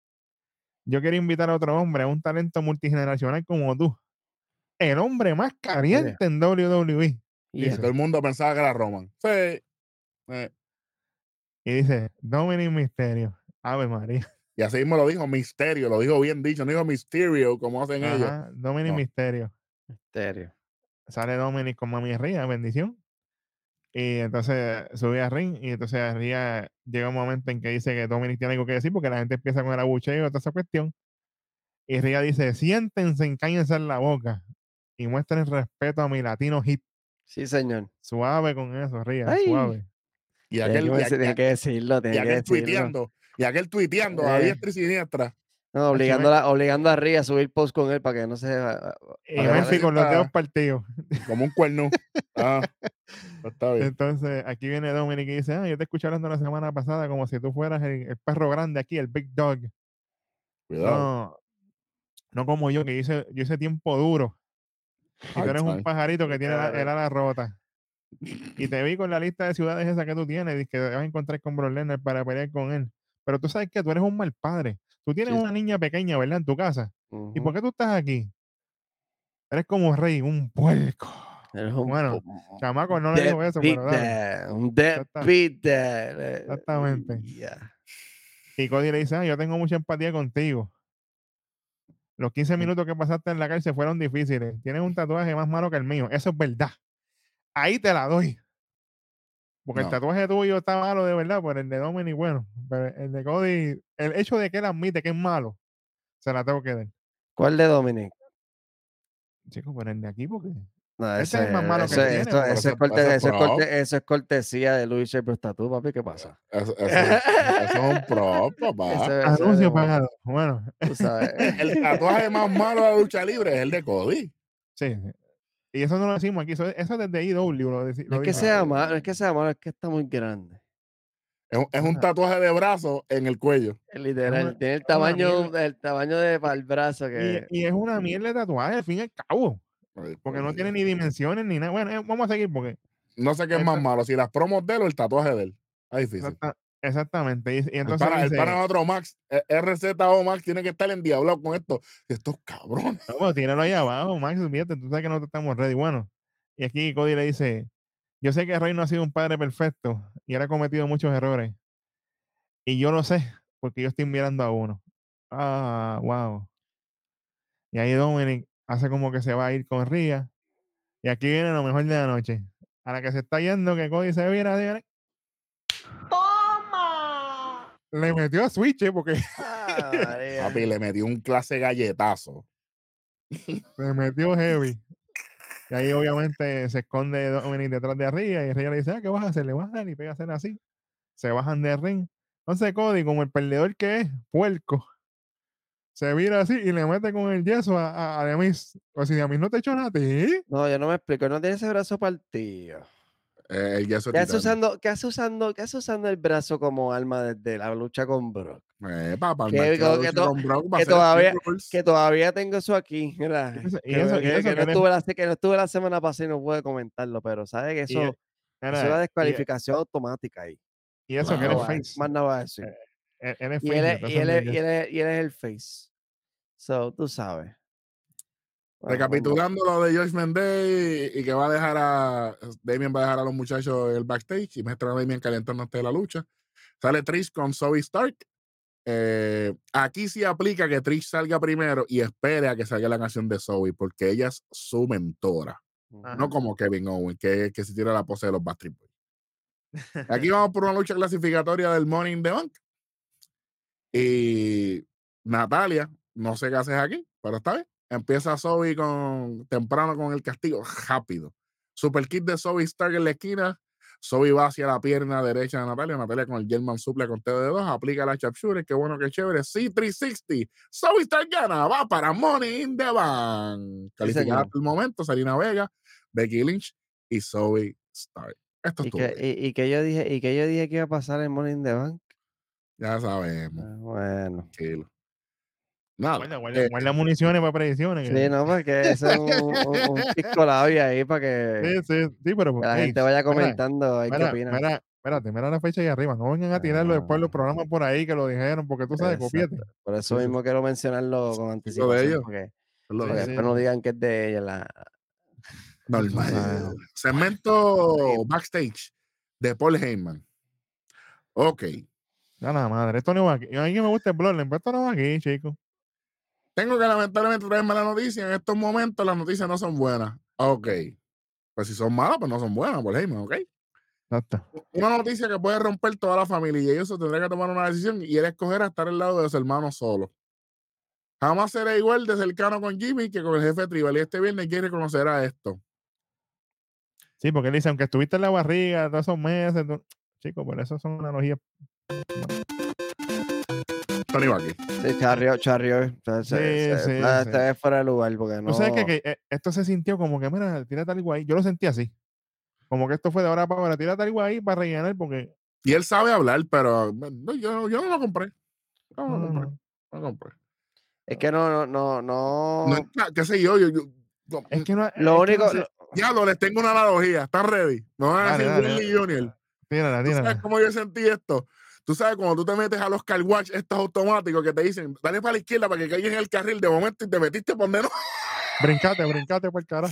Yo quiero invitar a otro hombre, a un talento multigeneracional como tú. El hombre más caliente en W W E. Y Y Dice, todo el mundo pensaba que era Roman. Sí. Eh, y dice, Dominic Mysterio. Ave María. Y así mismo lo dijo Misterio, lo dijo bien dicho, no dijo Mysterio como hacen ellos. Ajá, Dominic No. Mysterio. Misterio. Sale Dominic con Mami Ría, bendición. Y entonces sube a ring y entonces Ría llega un momento en que dice que Dominic tiene algo que decir porque la gente empieza con el abucheo y toda esa cuestión. Y Ría dice, siéntense, encállense en la boca y muestren respeto a mi latino hit. Sí, señor. Suave con eso, Ría, Ay. suave. Y Tiene aquel, que, y, decir- tiene aquel, que decirlo, y tiene que aquel decirlo. tuiteando, y aquel tuiteando a Eh. diestra y siniestra. No, obligando, a, obligando a Rí a subir post con él para que no se... Y Para que no se Murphy con los sienta dedos partidos. como un cuerno. Ah, pues está bien. Entonces aquí viene Dominic y dice, ah, yo te escuché hablando la semana pasada como si tú fueras el, el perro grande aquí, el Big Dog. Cuidado. No, no como yo, que hice, yo hice tiempo duro. Y tú Hard eres un time. pajarito que tiene la, Claro. el ala rota. Y te vi con la lista de ciudades esa que tú tienes y que te vas a encontrar con Brock Lesnar para pelear con él. Pero tú sabes que tú eres un mal padre. Tú tienes Sí. una niña pequeña, ¿verdad? En tu casa. ¿Y Ujú. por qué tú estás aquí? Eres como rey, un puerco. Eres un Bueno, pu- chamaco no le dijo eso, pero deadbeat dale. dad, un Exacta- deadbeat dad. Eh, Exactamente. ya. Y Cody le dice, ah, yo tengo mucha empatía contigo. Los quince minutos que pasaste en la cárcel fueron difíciles. Tienes un tatuaje más malo que el mío. Eso es verdad. Ahí te la doy. Porque el No. tatuaje tuyo está malo de verdad, pero el de Dominic, bueno. Pero el de Cody, el hecho de que él admite que es malo, se la tengo que dar. ¿Cuál de Dominic? Chicos, pero el de aquí, porque No, este ese, es más malo que eso, él tiene. esto- porque- eso, ese- es corte- ese es eso es prop. corte- eso es cortesía de Luis Shepard Tattoo, papi. ¿Qué pasa? Eso, eso, eso es un pro, papá. Eso, eso Anuncio es- pagado. Bueno, tú sabes. El tatuaje más malo de la lucha libre es el de Cody. sí. Y eso no lo decimos aquí. Eso, eso es desde I W. Lo, deci- No lo es que dijo. sea malo, no es que sea malo, es que está muy grande. Es, un- es un Ajá. tatuaje de brazo en el cuello. Es literal, una- tiene el es una tamaño, mierda. el tamaño de para el brazo Y, que. y es una mierda de tatuaje, al fin y al cabo. Ay, Porque por no tiene Dios. ni dimensiones ni nada. Bueno, eh, vamos a seguir porque. No sé qué es el más ta- malo, si las promos de él o el tatuaje de él. Está difícil. exacta- exactamente. Y, y El entonces pana, el dice, pana otro Max, eh, R Z O Max tiene que estar endiablado con esto. Estos cabrones. no, pues tíralo ahí abajo, Max, fíjate, tú sabes que no estamos ready. Bueno, y aquí Cody le dice, yo sé que Rey no ha sido un padre perfecto y él ha cometido muchos errores. Y yo lo sé, porque yo estoy mirando a uno. Ah, wow. Y ahí Dominic hace como que se va a ir con Ría. Y aquí viene lo mejor de la noche. A la que se está yendo, que Cody se vira, señores, ¡Toma! le metió a Switch, eh, porque Ah, María. Papi, le metió un clase galletazo. se metió heavy. Y ahí obviamente se esconde Dominic detrás de Ría y Ría le dice, ah, ¿qué vas a hacer? Le vas a dar y pega a hacer así. Se bajan de ring. Entonces Cody, como el perdedor que es, puerco, se vira así y le mete con el yeso a, a, a Demis. O si Demis no te echó nada a ti. No, yo no me explico, él no tiene ese brazo partido. Eh, el yeso ¿Qué hace, titanio. usando, ¿Qué hace usando, qué hace usando el brazo como arma desde la lucha con Brock? Eh, papá, el Que- match de la que lucha to- con Brock va a que ser todavía- Steel Rules. Que todavía tengo eso aquí, mira. Y eso- y que, eso- y que- eso que que no eres- estuve la, que no estuve la semana pasada y no pude comentarlo, pero sabes que Y eso, e- eso Mira, es una y- descualificación automática ahí. Y eso Claro. que No eres va- face. Más no va a decir. Eh, Eres Y face. él, y es, estás y, él usando es, el y, yeso. él es, y él es el face. So, tú sabes. Bueno, Recapitulando lo de George Mendez y, y que va a dejar a Damien va a dejar a los muchachos en el backstage y muestra a Damien calentando antes de la lucha. Sale Trish con Zoe Stark. Eh, aquí sí aplica que Trish salga primero y espere a que salga la canción de Zoe, porque ella es su mentora. vamos. No como Kevin Owens, que, que se tira la pose de los Backstreet Boys. Aquí vamos por una lucha clasificatoria del Money in the Bank. Y Natalia, no sé qué haces aquí, pero está bien. Empieza Zoe con, temprano con el castigo, rápido. Super kick de Zoe Stark en la esquina. Zoe va hacia la pierna derecha de Natalia. Natalia con el German suple con T de dos. Aplica la sharpshooter. Qué bueno, qué chévere. C trescientos sesenta. Zoe Stark gana. Va para Money in the Bank. Calificada señor. hasta el momento. Selena Vega, Becky Lynch y Zoe Stark. Esto Y estuvo que, bien. y, y que yo dije, y que yo dije que iba a pasar en Money in the Bank. Ya sabemos. Ah, bueno. Tranquilo. Nada. Guarda, guarda, eh, guarda municiones para predicciones. Sí, que- no, porque eso es un, un, un pisco labio ahí para que, sí, sí, sí, pero que la hey, gente vaya mira, comentando ahí qué mira, opinan. mira, Espérate, mira la fecha ahí arriba. No vengan a tirarlo después los Ah, programas por ahí que lo dijeron, porque tú sabes, copiete. exacto. Por eso Sí, sí, mismo quiero mencionarlo con Lo de anticipación, ellos. porque, es lo Sí, porque de sí, ellos. después no sí. digan que es de ella la... Tú Normal. sabes. Bueno, Segmento backstage de Paul Heyman. Ok. ya nada madre. Esto no va aquí. A mí que me gusta el Bloodline, pero esto no va aquí, chicos. Tengo que lamentablemente traerme la noticia. En estos momentos las noticias no son buenas. Ok. Pues si son malas, pues no son buenas, Paul Heyman, ok. Exacto. Una noticia que puede romper toda la familia y ellos tendrán que tomar una decisión y él escoger a estar al lado de su hermano solo. Jamás será igual de cercano con Jimmy que con el jefe tribal y este viernes quiere reconocer a esto. Sí, porque él dice, aunque estuviste en la barriga todos esos meses, tú... chicos, por eso son analogías. Tony Vaki. Sí, charrió, charrió. O sea, se, Sí, se, sí, está, sí. está fuera de lugar, porque Tú sabes que, no... que, eh, esto se sintió como que, mira, tira tal igual ahí. Yo lo sentí así. Como que esto fue de ahora para ahora, tira tal igual ahí para rellenar, porque Y él sabe hablar, pero no, yo, yo no lo compré. Yo no lo no, compré. no. No lo compré. Es que no, no, no, No, no... es- qué sé yo, yo, yo- yo- Es que no, Lo es que no único... sé. lo- diablo, les tengo una analogía. ¿Están ready? Me van a Dale, decir dale, Willy dale. Junior Tírala, ¿Tú sabes tírala. cómo yo sentí esto? Tú sabes cuando tú te metes a los car wash estos automáticos que te dicen, dale para la izquierda para que caigas en el carril de momento y te metiste por menos. Brincate, brincate por el carajo.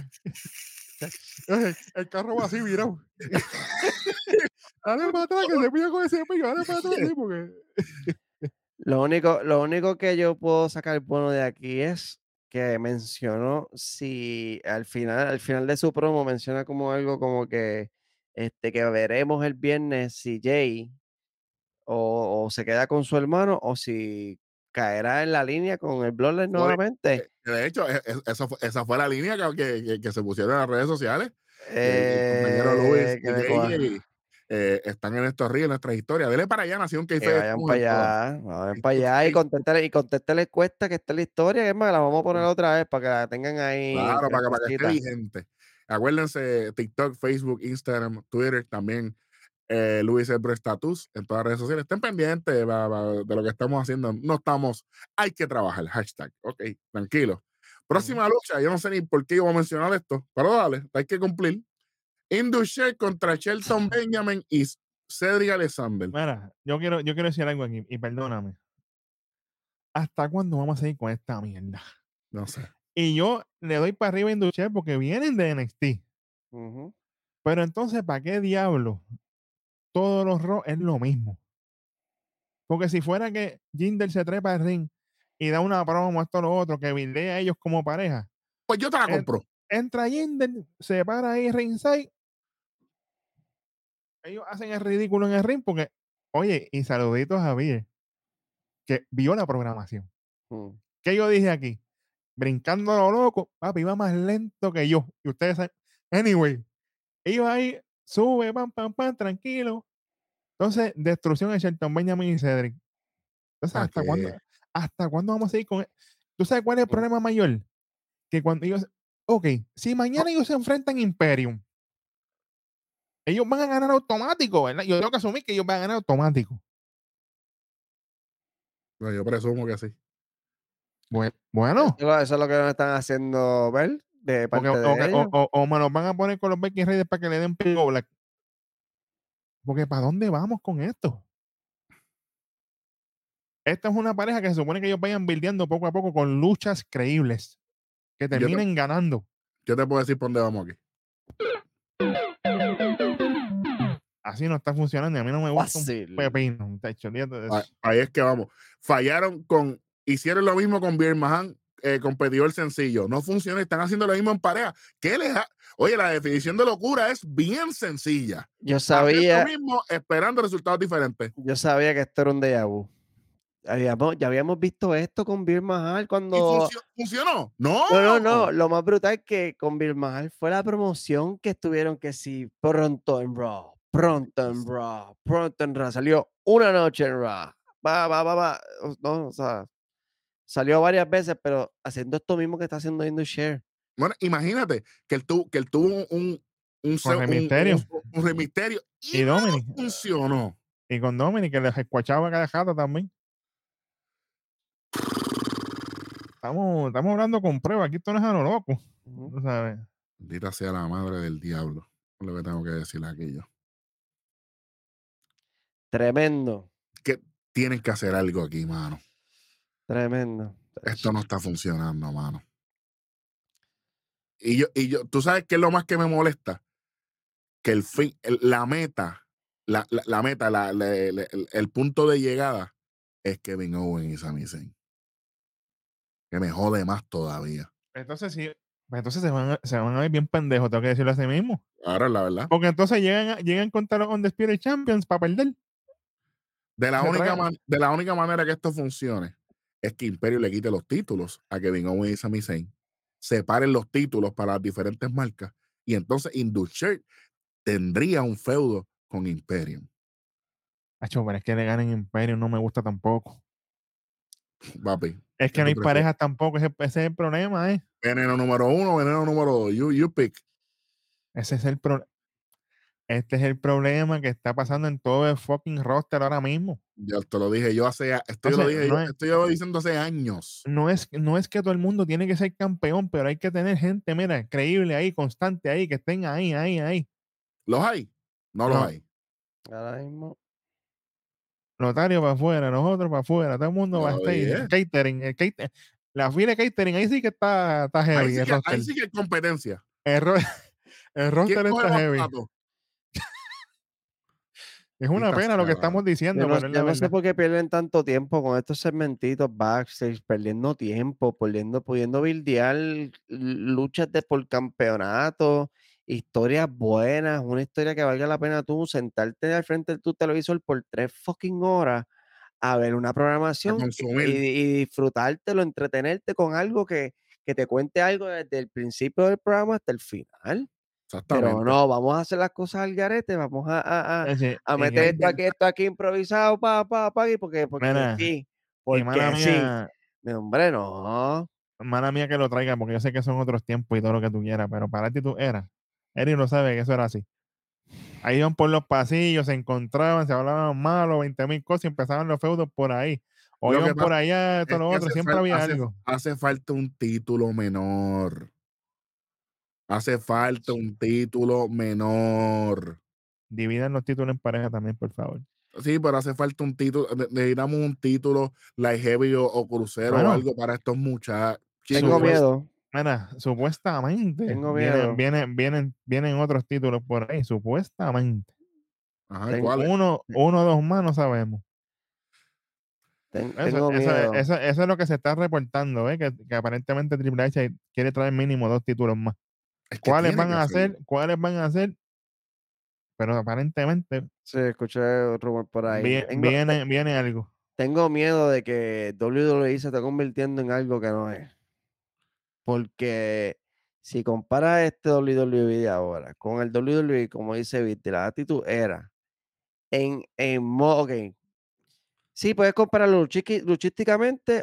El, el carro va así, virado. Dale para atrás, que se pilla con ese pillo. Dale para atrás, sí, porque. Lo único, lo único que yo puedo sacar bueno de aquí es que mencionó si al final, al final de su promo menciona como algo como que este que veremos el viernes si Jay o, o se queda con su hermano o si caerá en la línea con el Bloodline Oye, nuevamente. que de hecho, e- e- esa fue, esa fue la línea que, que- que- que se pusieron en las redes sociales. El, el compañero Luis Eh, que y me coja- Gay eh, están en estos ríos, en nuestras historias. Dele para allá, Nación que Keife, vayan estamos en todas. para allá, vayan para TikTok, allá y Facebook, contéstale, y contéstale encuesta que está en la historia, que es más, la vamos a poner otra vez para que la tengan ahí claro, para que, para que esté fresquecita. vigente. Acuérdense, TikTok, Facebook, Instagram, Twitter, también eh, Luis Ebro Status en todas las redes sociales. Estén pendientes va, va, de lo que estamos haciendo. No estamos, hay que trabajar. Hashtag. Ok, tranquilo. Próxima lucha, yo no sé ni por qué iba a mencionar esto, pero dale, hay que cumplir. Indusher contra Shelton Benjamin y Cedric Alexander. Mira, yo quiero, yo quiero decir algo aquí, y perdóname. ¿Hasta cuándo vamos a seguir con esta mierda? No sé. Y yo le doy para arriba a Inducher porque vienen de N X T. Ujú. Pero entonces, ¿para qué diablo? Todos los Raw es lo mismo. Porque si fuera que Jinder se trepa al ring y da una promo, esto lo otro, que bildea a ellos como pareja, Pues yo te la en- compro. entra Jinder, se para ahí ringside, ellos hacen el ridículo en el ring porque, oye, y saluditos a Javier, que vio la programación. Mm. ¿Qué yo dije aquí? Brincando a lo loco, papi, iba más lento que yo. Y ustedes saben, anyway, ellos ahí, sube, pam, pam, pam, tranquilo. Entonces, destrucción de Shelton Benjamin y Cedric. Entonces, ¿Para ¿hasta cuándo, qué? hasta cuándo vamos a seguir con e-? ¿Tú sabes cuál es el problema mayor? Que cuando ellos, ok, si mañana ellos se enfrentan a Imperium, ellos van a ganar automático, ¿verdad? Yo tengo que asumir que ellos van a ganar automático. No, yo presumo que sí. Bue- Bueno, Eso, eso es lo que nos están haciendo ver de porque, parte o, de o- ellos. o- o me los van a poner con los Becky Raiders para que le den Pingo Black. Porque ¿para dónde vamos con esto? Esta es una pareja que se supone que ellos vayan buildeando poco a poco con luchas creíbles, que Yo te, terminen ganando. yo te puedo decir por dónde vamos aquí. Así no está funcionando y a mí no me gusta un Fácil. pepino. Tacho, olvídate de Ah, eso. Ahí es que vamos. Fallaron con, hicieron lo mismo con Bill Mahan, eh, competidor sencillo. No funciona, están haciendo lo mismo en pareja. ¿Qué les ha- Oye, la definición de locura es bien sencilla. Yo Hacer lo sabía, mismo esperando resultados diferentes. yo sabía que esto era un déjà vu. Habíamos- ya habíamos visto esto con Bill Mahal ¿Y cuando... funcio- funcionó? No. No, no, no. Lo más brutal es que con Bill Mahal fue la promoción que estuvieron que sí, pronto en Raw, pronto en Raw, pronto en Raw. Salió una noche en Raw. Va, va, va, va. o- No, o sea, salió varias veces, pero haciendo esto mismo que está haciendo Indusher. Bueno, imagínate que él, tuvo, que él tuvo un, un, un, Con un, Rey un, Mysterio un- un Rey Mysterio y y no Dominic. funcionó. Y con Dominic, que les escuachaba cada jato también. Estamos, estamos hablando con pruebas. Aquí esto no es a lo loco. Ujú. ¿Tú sabes? Maldita sea la madre del diablo. Es lo que tengo que decir aquí yo. Tremendo, Que tienen que hacer algo aquí, mano. tremendo. Esto no está funcionando, mano. Y yo, y yo, ¿tú sabes qué es lo más que me molesta? Que el fin, el- la meta, la, la, la meta, la, la- la- el, el punto de llegada es Kevin Owens y Sami Zayn. Que me jode más todavía. Entonces sí, pues entonces se van, a, se van a ver bien pendejos, tengo que decirlo así mismo. Ahora, la verdad. Porque entonces llegan, a- llegan contra los Undisputed Champions para perder. De la, Se única trae- man- de la única manera que esto funcione es que Imperio le quite los títulos a Kevin Owens y Sami Zayn, separen los títulos para las diferentes marcas y entonces Indusher tendría un feudo con Imperium. Acho, pero es que le ganen Imperio, no me gusta tampoco. Papi, Es ¿qué que no tú hay prefieres? parejas tampoco, ese, ese es el problema, ¿eh? Veneno número uno, veneno número dos. You, you pick. Ese es el pro- Este es el problema que está pasando en todo el fucking roster ahora mismo. Ya te lo dije yo hace, esto yo lo Entonces, dije yo, no es, esto yo lo diciendo hace años. no es, no es que todo el mundo tiene que ser campeón, pero hay que tener gente, mira, creíble ahí, constante ahí, que estén ahí, ahí, ahí. ¿Los hay? No los No, hay. Ahora mismo. Notario para afuera, nosotros para afuera, todo el mundo va a No, estar ahí. oye. Catering, el catering, la fila de catering, ahí sí que está, está Ahí heavy sí, el que, ahí roster. sí que hay competencia. El, ro- el ¿Quién roster coge está los heavy. platos? Es una Estás pena lo que carajo. estamos Yo diciendo, no, pero es yo la no sé verdad. por qué pierden tanto tiempo con estos segmentitos backstage, perdiendo tiempo, pudiendo, pudiendo buildear l- luchas de por campeonato, historias buenas, una historia que valga la pena tú sentarte al frente de tu televisor por tres fucking horas a ver una A programación y, consumir. y disfrutártelo, entretenerte con algo que, que te cuente algo desde el principio del programa hasta el final. Pero Exactamente. no, vamos a hacer las cosas al garete, vamos a, a, a, Es decir, a y meter que- esto aquí, esto aquí improvisado, pa, pa, pa, y porque, porque mira, sí, y mala porque sí. mía, No, hombre, no. mala mía que lo traiga, porque yo sé que son otros tiempos y todo lo que tú quieras, pero para ti tú eras. Eric no sabe que eso era así. Ahí iban por los pasillos, se encontraban, se hablaban malo, veinte mil cosas y empezaban los feudos por ahí. O Lo que iban por pasa allá, esto, es lo que otro, hace, siempre fal- había hace, algo. hace falta un título menor. Hace falta un título menor. Dividan los títulos en pareja también, por favor. Sí, pero hace falta un título. ne- Necesitamos un título, Light Heavy o, o Crucero o Bueno, algo para estos muchachos. Tengo Chicos, miedo, mira, supuestamente tengo vienen, miedo. vienen, vienen, vienen otros títulos por ahí, supuestamente. ajá, Ten- ¿cuál es? Uno, uno o dos más, no sabemos. ten- Eso, tengo eso, miedo. eso, eso es lo que se está reportando, ¿eh? que, que aparentemente Triple H quiere traer mínimo dos títulos más. Es que ¿Cuáles tiene van que a hacerlo. hacer? ¿Cuáles van a hacer? Pero aparentemente Sí, escuché un rumor por ahí. vi- Tengo, te- viene, viene algo. tengo miedo de que W W E se está convirtiendo en algo que no es. Porque si comparas este W W E de ahora con el W W E, como dice Viste, la actitud era en, en modo, ok, sí, puedes compararlo luchiqui- luchísticamente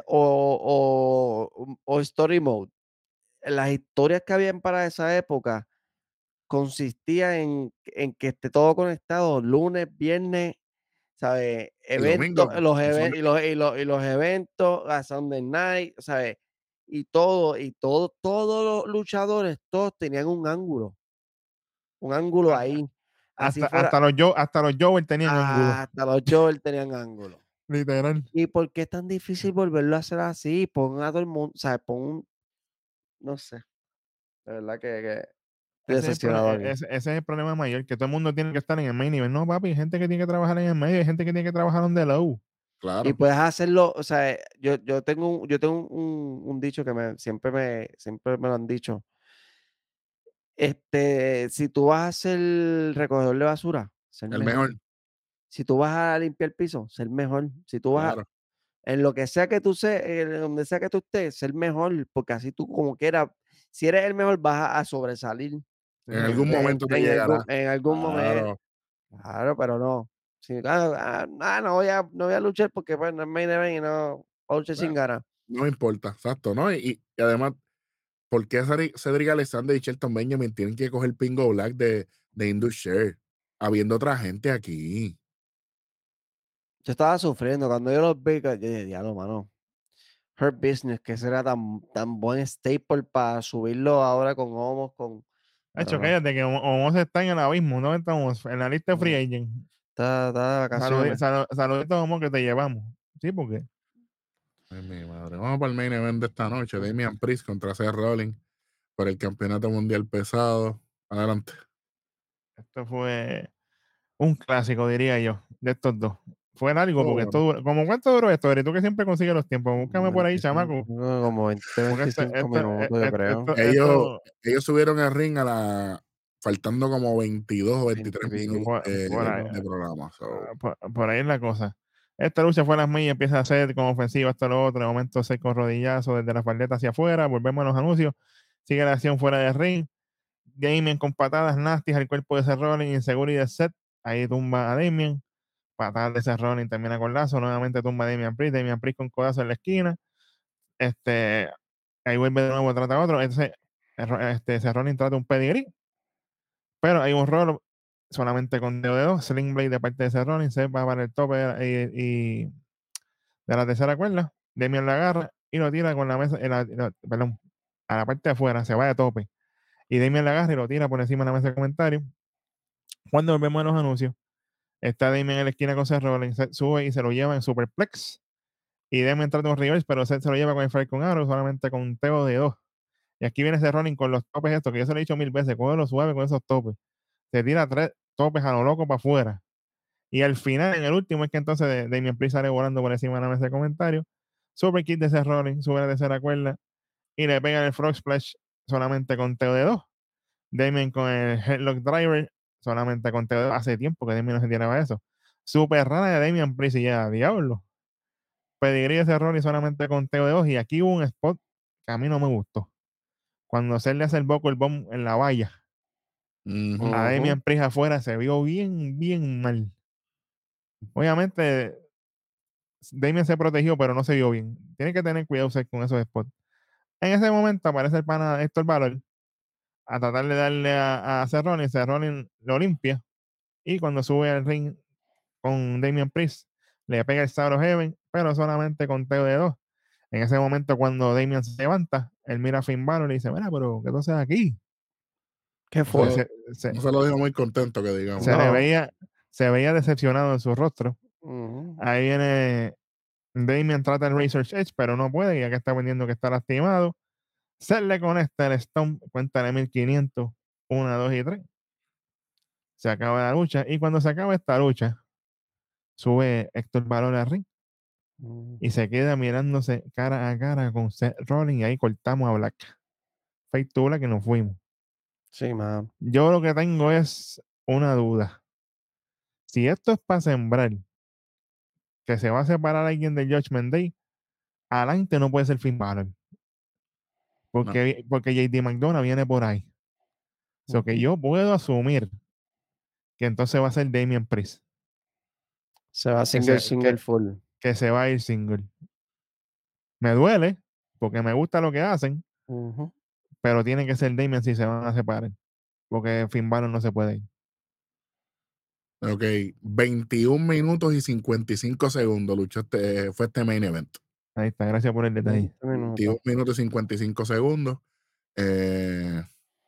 o, o, o story mode. Las historias que habían para esa época consistían en, en que esté todo conectado lunes, viernes, ¿sabes? Y domingo, Eventos, los, el even- Sunday y los, y los, y los eventos, a Sunday night, ¿sabes? Y todo, y todo, todos los luchadores, todos tenían un ángulo, un ángulo Hasta, ahí. Así hasta, fuera, hasta los yo, hasta los Jover tenían ángulos. hasta los Joel tenían ángulo. Literal. ¿Y por qué es tan difícil volverlo a hacer así? Pon a todo el mundo, ¿sabes? Pon un, no sé, de verdad que, que estoy Ese es, el prole- decepcionado e- aquí. ese, ese es el problema mayor, que todo el mundo tiene que estar en el main nivel. No, papi, hay gente que tiene que trabajar en el medio, hay gente que tiene que trabajar en the low. Y claro. puedes hacerlo, o sea, eh, yo, yo tengo, un- yo tengo un, un- un dicho que me, siempre, me, siempre me lo han dicho. Este, si tú vas a ser recogedor de basura, ser El mejor. mejor, Si tú vas a limpiar el piso, ser mejor. Si tú vas a, claro. en lo que sea que tú seas, en donde sea que tú estés, ser mejor, porque así tú como quieras, si eres el mejor, vas a, a sobresalir En algún en, momento te en algún, llegará. en algún momento. Claro. Claro, pero no. Si, ah, ah, ah, no voy a, no voy a luchar porque bueno, es main event y no voy a luchar sin Bueno, ganas. no me importa, exacto, ¿no? Y, y además, ¿por qué Cedric Cedric Alexander y Shelton Benjamin tienen que coger Pingo Black de, de Indusher? Habiendo otra gente aquí. Yo estaba sufriendo cuando yo los vi, que yo dije, diablo, mano. Hurt Business, que será tan, tan buen staple para subirlo ahora con Homos, con. Pero Hacho, no, cállate, que Omos está en el abismo, ¿no? Estamos en la lista de free no. agent. Está, está de Saludi- vacaciones. salu- Saluditos como que te llevamos. Sí, porque Ay, mi madre. Vamos para el main event de esta noche. Damian Priest contra Seth Rollins por el campeonato mundial pesado. Adelante. esto fue un clásico, diría yo, de estos dos. Fue largo Oh, porque esto bueno. duró. ¿Cómo cuánto duró esto? Eri? Tú que siempre consigues los tiempos. Búscame por ahí, chamaco. veinticinco, como veinte, Porque esto, veinticinco esto, minutos, yo esto, creo. esto, Ellos, esto ellos subieron el ring a la faltando como veintidós o veintitrés veinte y pico, minutos por, de, por ahí, de programa. So, ah, por, por ahí es la cosa. Esta lucha fue a las millas, empieza a hacer como ofensiva, esto lo otro. De momento se con rodillazo desde la faldeta hacia afuera. Volvemos a los anuncios. Sigue la acción fuera del ring. Damien con patadas nasties al cuerpo de Seth Rollins, inseguro y de Seth. Ahí tumba a Damien. Patadas de Seth Rollins, termina con lazo. Nuevamente tumba a Damian Priest. Damian Priest con codazo en la esquina. Este, ahí vuelve de nuevo, trata a otro. Entonces, este, Seth Rollins trata un pedigree. Pero hay un rol solamente con dedo de dos. Sling Blade de parte de Seth Rollins. Se va para el tope y, y de la tercera cuerda. Damian la agarra y lo tira con la mesa. En la, la- perdón, a la parte de afuera. Se va de tope. Y Damian la agarra y lo tira por encima de la mesa de comentarios. Cuando volvemos a los anuncios, está Damien en la esquina con Seth Rollins, Seth sube y se lo lleva en Superplex. Y Damien trata un reverse, pero Seth se lo lleva con el Fire con Arrow, solamente con un teo de dos. Y aquí viene Seth Rollins con los topes estos, que yo se lo he dicho mil veces, cógelo suave con esos topes. Se tira tres topes a lo loco para afuera. Y al final, en el último, es que entonces Damien Priest sale volando por encima de la mesa de comentarios. Super kick de Seth Rollins, sube la tercera cuerda y le pega el Frog Splash solamente con teo de dos. Damien con el Headlock Driver, solamente con Teo. Hace tiempo que Damien no se tiraba eso. Super rara de Damien Priest y ya, diablo. Pedigrí ese error y solamente con Teo de dos. Y aquí hubo un spot que a mí no me gustó. Cuando se le hace el Buckle Bomb en la valla, ujú. a Ujú. Damien Priest afuera se vio bien, bien mal. Obviamente, Damien se protegió, pero no se vio bien. Tiene que tener cuidado usted con esos spots. En ese momento aparece el pana Héctor Valor a tratar de darle a, a Cerrone. Cerrone lo limpia. Y cuando sube al ring con Damian Priest, le pega el Star of Heaven, pero solamente con teo de dos. En ese momento, cuando Damian se levanta, él mira a Finn Balor y dice: Mira, pero ¿qué tú haces aquí? ¿Qué No, fue? se, Se, se- no se lo dijo muy contento que digamos. se le No. veía, se veía decepcionado en su rostro. Ujú. Ahí viene Damian, trata el Razor's Edge, pero no puede, ya que está vendiendo que está lastimado. Se le conecta el Stone, cuenta de mil quinientos, uno, dos y tres. Se acaba la lucha, y cuando se acaba esta lucha, sube Héctor Valor al ring Ujú. y se queda mirándose cara a cara con Seth Rollins, y ahí cortamos a Black. Fake to Black, que nos fuimos. Sí, man. Yo lo que tengo es una duda. Si esto es para sembrar que se va a separar alguien de Judgment Day, adelante no puede ser Finn Balor. No. Porque, porque J D McDonough viene por ahí. O sea, que Ujú. yo puedo asumir que entonces va a ser Damian Priest. Se va Que single, se, single que, full. que se va a ir single. Me duele porque me gusta lo que hacen, Ujú. pero tiene que ser Damian si se van a separar. Porque Finn Balor no se puede ir. Ok, veintiún minutos y cincuenta y cinco segundos luchó este, fue este main event. Ahí está, gracias por el detalle. veinte minutos. veintiún minutos y cincuenta y cinco segundos. Eh,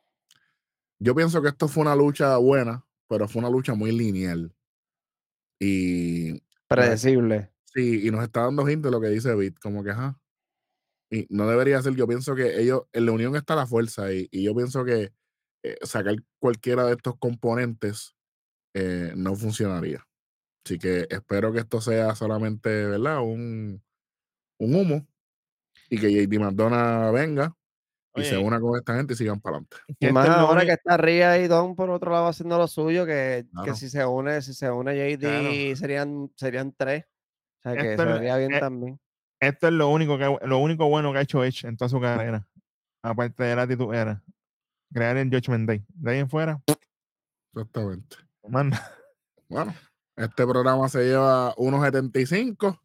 yo pienso que esto fue una lucha buena, pero fue una lucha muy lineal. Y nos, Predecible. sí, y nos está dando hint de lo que dice Beat, como que ajá. Y no debería ser, yo pienso que ellos, en la unión está la fuerza, y, y yo pienso que eh, sacar cualquiera de estos componentes eh, no funcionaría. Así que espero que esto sea solamente, ¿verdad? Un, un humo, y que J D McDonough venga y se Oye, una con esta gente y sigan para adelante. Y que más esto es lo ahora que único. está Rhea y Don por otro lado haciendo lo suyo, que, que Claro. si se une, si se une J D Claro. serían, serían tres. O sea que Esto se es, vería bien eh, también. esto es lo único que lo único bueno que ha hecho Edge en toda su carrera. Aparte de la actitud era crear el Judgment Day. De ahí en fuera, Exactamente. manda. Bueno, este programa se lleva unos setenta y cinco,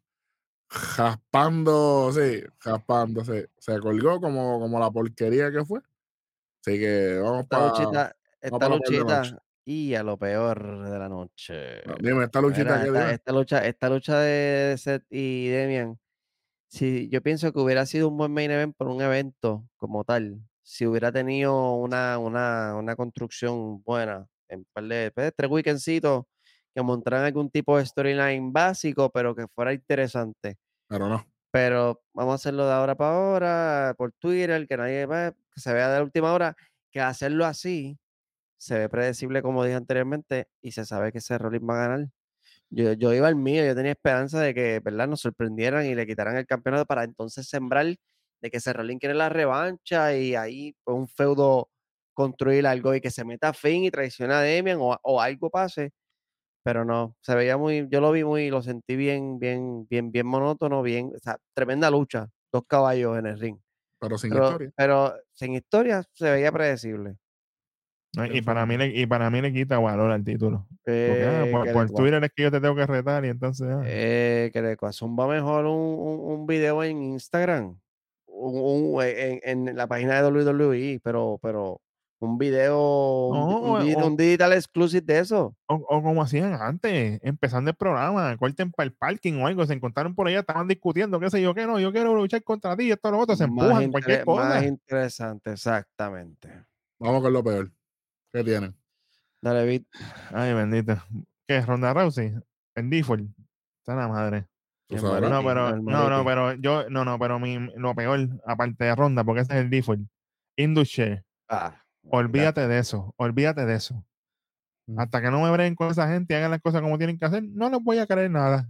jaspando, sí, jaspando, se, se colgó como, como la porquería que fue. Así que vamos Esta para luchita, esta la par de noche. luchita, y a lo peor de la noche. No, dime, esta luchita Mira, que esta, dio. esta lucha, esta lucha de Seth y Damian, si yo pienso que hubiera sido un buen main event por un evento como tal, si hubiera tenido una, una, una construcción buena, en par de pues, tres weekendcitos que montaran algún tipo de storyline básico, pero que fuera interesante. Pero no. Pero vamos a hacerlo de ahora para ahora, por Twitter, que nadie ve, que se vea de la última hora, que hacerlo así se ve predecible, como dije anteriormente, y se sabe que ese Rollins va a ganar. Yo, yo iba al mío, yo tenía esperanza de que, ¿verdad?, nos sorprendieran y le quitaran el campeonato para entonces sembrar de que ese Rollins quiere la revancha y ahí pues, un feudo construir algo y que se meta a Finn y traicione a Demian o, o algo pase. Pero no, se veía muy, yo lo vi muy, lo sentí bien, bien, bien, bien monótono, bien, o sea, tremenda lucha, dos caballos en el ring. Pero sin Pero, historia. pero sin historia se veía predecible. No, y, Eso para no. mí le, y para mí le quita valor al título. Porque ah, Eh, por, que por le cua- Twitter es que yo te tengo que retar y entonces. ah. eh, que de corazón va mejor un, un, un video en Instagram, un, un- en, en la página de W W E, pero, pero un video, un, di- No, un, o, di- o- un digital exclusive de eso. o- o como hacían antes, empezando el programa, corten para el parking o algo, se encontraron por allá, estaban discutiendo, qué sé yo, qué no, yo quiero luchar contra ti, esto, lo otro, se Más, empujan, cualquier intere- más cosa. interesante, exactamente. Vamos con lo peor. ¿Qué tienen? Dale, Vic. Ay, bendito. ¿Qué? ¿Ronda Rousey? En default. Está la madre. Tú sabrás. No, Hermaniti, pero, no, no, hermaniti. pero yo, no, no, pero mi, lo peor, aparte de Ronda, porque ese es el default. Indusher. Ah, Olvídate de eso, olvídate de eso. Mm, Hasta que no me breguen con esa gente y hagan las cosas como tienen que hacer, no les voy a creer nada.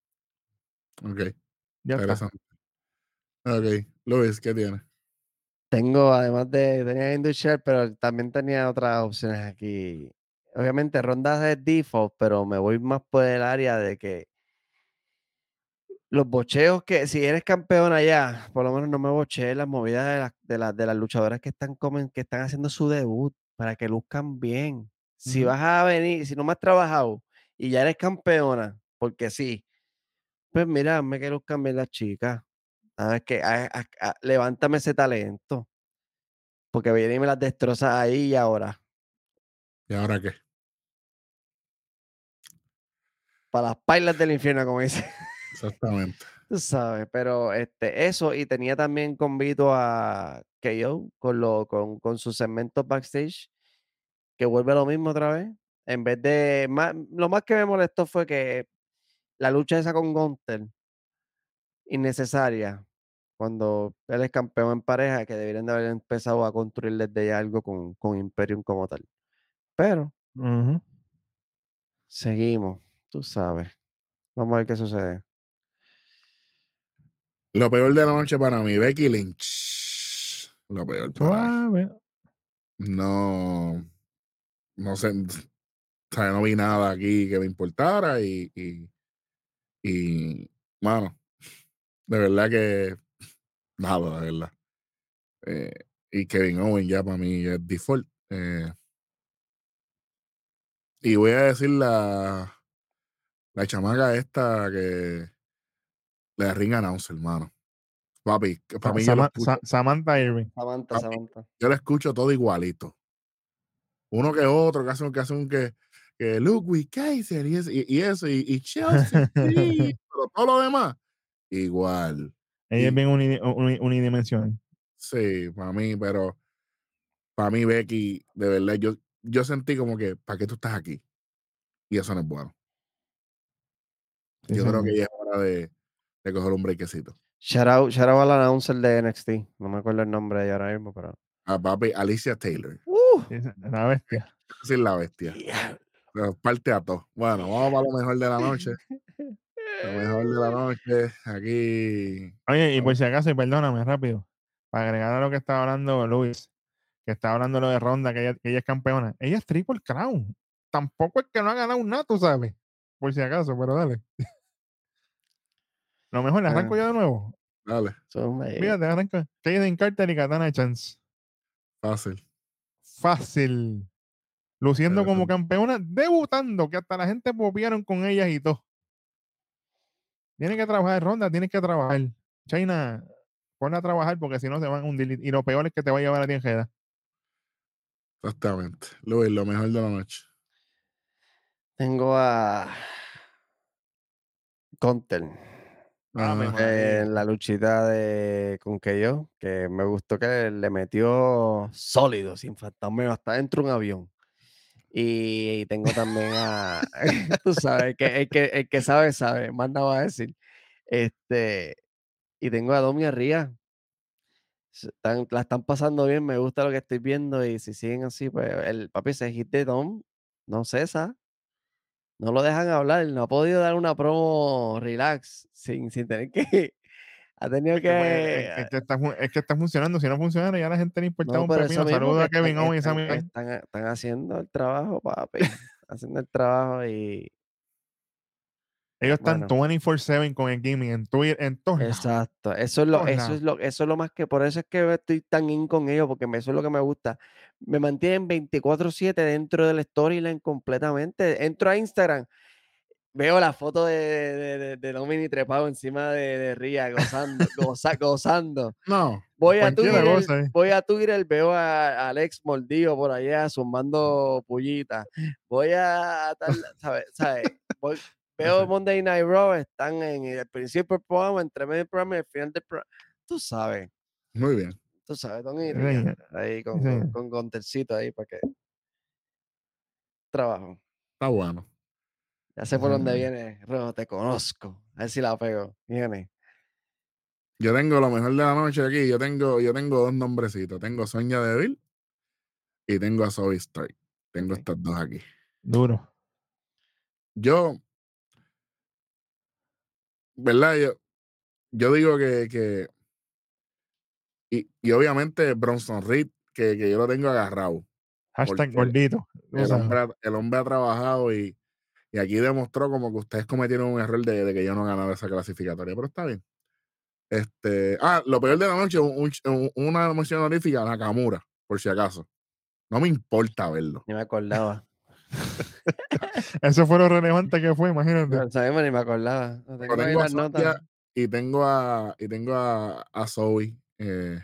Ok, Ya está. interesante. Ok, Luis, ¿qué tiene? tengo, además de, tenía Indushare, pero también tenía otras opciones aquí. Obviamente, rondas es default, pero me voy más por el área de que los bocheos que, si eres campeón allá, por lo menos no me bochees las movidas de las, de las, de las luchadoras que están, comen, que están haciendo su debut para que luzcan bien. Si Ujú. vas a venir, si no me has trabajado y ya eres campeona, porque sí, pues mira, hazme que luzcan bien las chicas. ¿Sabes qué? A- a- a- levántame ese talento, porque viene y me las destroza ahí y ahora. ¿Y ahora qué? Para las pailas del infierno, como dice. Exactamente. Tú sabes, pero este, eso, y tenía también convito a K O con, lo, con, con sus segmentos backstage, que vuelve lo mismo otra vez. En vez de. Más, lo más que me molestó fue que la lucha esa con Gunther, innecesaria, cuando él es campeón en pareja, que deberían de haber empezado a construir desde ya algo con, con Imperium como tal. Pero Ujú. seguimos, tú sabes. Vamos a ver qué sucede. Lo peor de la noche para mí, Becky Lynch. Lo peor para mí. Suave. No, no sé, o sea, no vi nada aquí que me importara y, y, y mano, de verdad que nada, de verdad. Eh, y Kevin Owen ya para mí es default. Eh, y voy a decir la, la chamaca esta que la ring announcer, hermano. Papi, que para Sa- mí yo lo Sama- escucho, Sa- Samantha Irving. Samantha, papi, Samantha. yo lo escucho todo igualito. Uno que otro, que hace, que hace un que, que Luke with Kaiser y, eso, y, y eso, y, y Chelsea, sí, pero todo lo demás, igual. Ella es Y bien uni- uni- unidimensional. sí, para mí, pero para mí, Becky, de verdad, yo, yo sentí como que, ¿para qué tú estás aquí? Y eso no es bueno. Sí, Yo creo que señor. ya es hora de, de coger un brequecito. Shout out, shout out al announcer de N X T. No me acuerdo el nombre de ella ahora mismo, pero. A papi, Alicia Taylor. ¡Uh! Sí, esa- la bestia. Es decir, la bestia. Yeah. Pero parte a todo. Bueno, vamos para lo mejor de la noche. Lo mejor de la noche. Aquí. Oye, y por si acaso, y perdóname rápido, para agregar a lo que estaba hablando Luis, que estaba hablando lo de Ronda, que ella, que ella es campeona. Ella es Triple Crown. Tampoco es que no ha ganado un nada, tú sabes. Por si acaso, pero dale. Lo mejor, le Ah, arranco yo de nuevo. Dale, son, eh, Fíjate, arranca. Kaden Carter y Katana Chance. fácil. Fácil. Luciendo como Interesante. campeona, debutando, que hasta la gente popiaron con ellas y todo. Tiene que trabajar, Ronda, tienes que trabajar. China, ponla a trabajar porque si no se van a hundir. Y lo peor es que te va a llevar a ti en jeda. Exactamente. Luis, lo mejor de la noche. tengo a Gunther Ave Ajá. María. en la luchita de con que yo, que me gustó que le metió sólido, sin fantasma, hasta dentro de un avión. Y tengo también a, tú sabes, el que, el que, el que sabe, sabe, más nada va a decir. Este, y tengo a Domi Ría. Están, la están pasando bien, me gusta lo que estoy viendo y si siguen así, pues el papi ese hit de Dom no cesa, no lo dejan hablar, no ha podido dar una promo relax sin, sin tener que, ha tenido Es que, pues, es, que, es que está, fu- es que está funcionando. Si no funciona, ya a la gente le importaba no, un pero eso pepino. mismo que Saludos a están, Kevin Owens y están, Sami Zayn. están, están haciendo el trabajo, papi, haciendo el trabajo y Ellos están bueno. veinticuatro siete con el gaming en Twitter, en todos lados. Exacto, eso es lo, todos eso lados. es lo, eso es lo más que, por eso es que estoy tan in con ellos, porque me- eso es lo que me gusta. Me mantienen veinticuatro siete dentro del storyline completamente. Entro a Instagram, veo la foto de, de, de, de Domini trepado encima de, de Ria, gozando, goza- gozando. No, Voy a Cualquiera Twitter, cosa, eh. voy a Twitter, veo a, a Alex mordido por allá, zumbando pullitas. Voy a tal, ¿sabes? ¿sabes? Voy, veo Exacto. Monday Night Raw, están en el principio del programa, entre medio del programa y el final del programa. Tú sabes, Muy bien. tú sabes, Don y Sí, Ria, señor. ahí Sí, con, con, señor. con Guntercito ahí para que trabajo. Está bueno. Ya sé Sí, por dónde señor. viene, Rojo, te conozco. A ver si la pego. Viene. Yo tengo lo mejor de la noche aquí. Yo tengo, yo tengo dos nombrecitos. Tengo Sonia Deville y tengo a Zoe Stark. Tengo Ok. estas dos aquí. Duro. Yo, ¿verdad? Yo, yo digo que, que y, y obviamente Bronson Reed, que, que yo lo tengo agarrado. Hashtag Porque gordito. tú el sabes. hombre, ha- el hombre ha trabajado y, y aquí demostró como que ustedes cometieron un error de, de que yo no ganara esa clasificatoria. Pero está bien. Este, ah, lo peor de la noche, un- un- una mención honorífica a Nakamura, por si acaso. No me importa verlo. Ni me acordaba. Eso fue lo relevante que fue, imagínate. No sabemos, ni me acordaba. Lo Pero tengo ahí tengo a las notas. Sonia y tengo a y tengo a, a Zoe. Eh,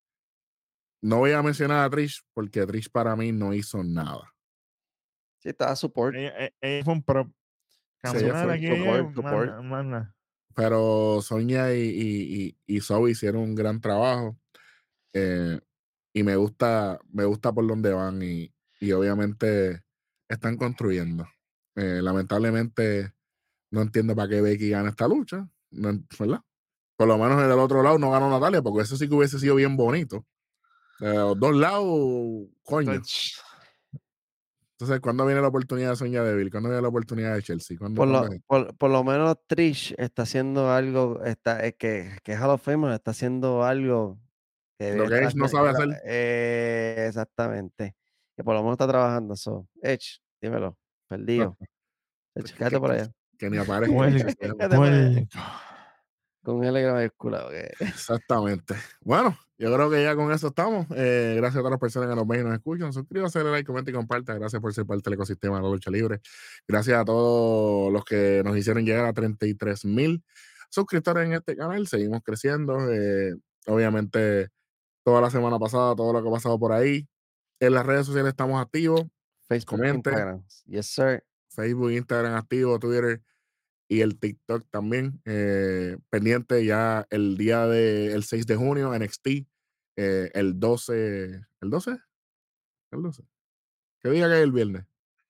no voy a mencionar a Trish porque Trish para mí no hizo nada. Sí, estaba support. Ella, e- ella fue un pro. Sí, ella Camunar fue. aquí, ella, Support, support. mana, mana. Pero Sonia y, y, y, y Zoe hicieron un gran trabajo. eh, y me gusta, me gusta por dónde van y, y obviamente están construyendo. Eh, lamentablemente no entiendo para qué Becky gana esta lucha, no en- ¿verdad? Por lo menos en el otro lado no ganó Natalia, porque eso sí que hubiese sido bien bonito. De los dos lados, coño. Entonces, Entonces, ¿cuándo viene la oportunidad de Sonia Deville? ¿Cuándo viene la oportunidad de Chelsea? ¿Cuándo, Por cuándo lo, es? por, por lo menos Trish está haciendo algo, está, es que, que Hall of Famer está haciendo algo que Lo debe que estar Edge no haciendo. sabe hacer. Eh, exactamente. Que por lo menos está trabajando eso. Edge, dímelo. Perdido. Edge, Que, quédate que, por que, allá. que ni aparezca. puerco, Quédate por allá. puerco. Con L mayúscula. que- Exactamente. Bueno, yo creo que ya con eso estamos. Eh, gracias a todas las personas que nos ven y nos escuchan. Suscríbase, dale like, comenta y comparta. Gracias por ser parte del ecosistema de la lucha libre. Gracias a todos los que nos hicieron llegar a treinta y tres mil suscriptores en este canal. Seguimos creciendo. Eh, obviamente, toda la semana pasada, todo lo que ha pasado por ahí. En las redes sociales estamos activos. Facebook, Comente. Instagram. Yes, sir. Facebook, Instagram activo, Twitter y el TikTok también. Eh, pendiente ya el día del seis de junio, N X T. Eh, el doce, ¿el doce? El doce. ¿Qué día que es el viernes?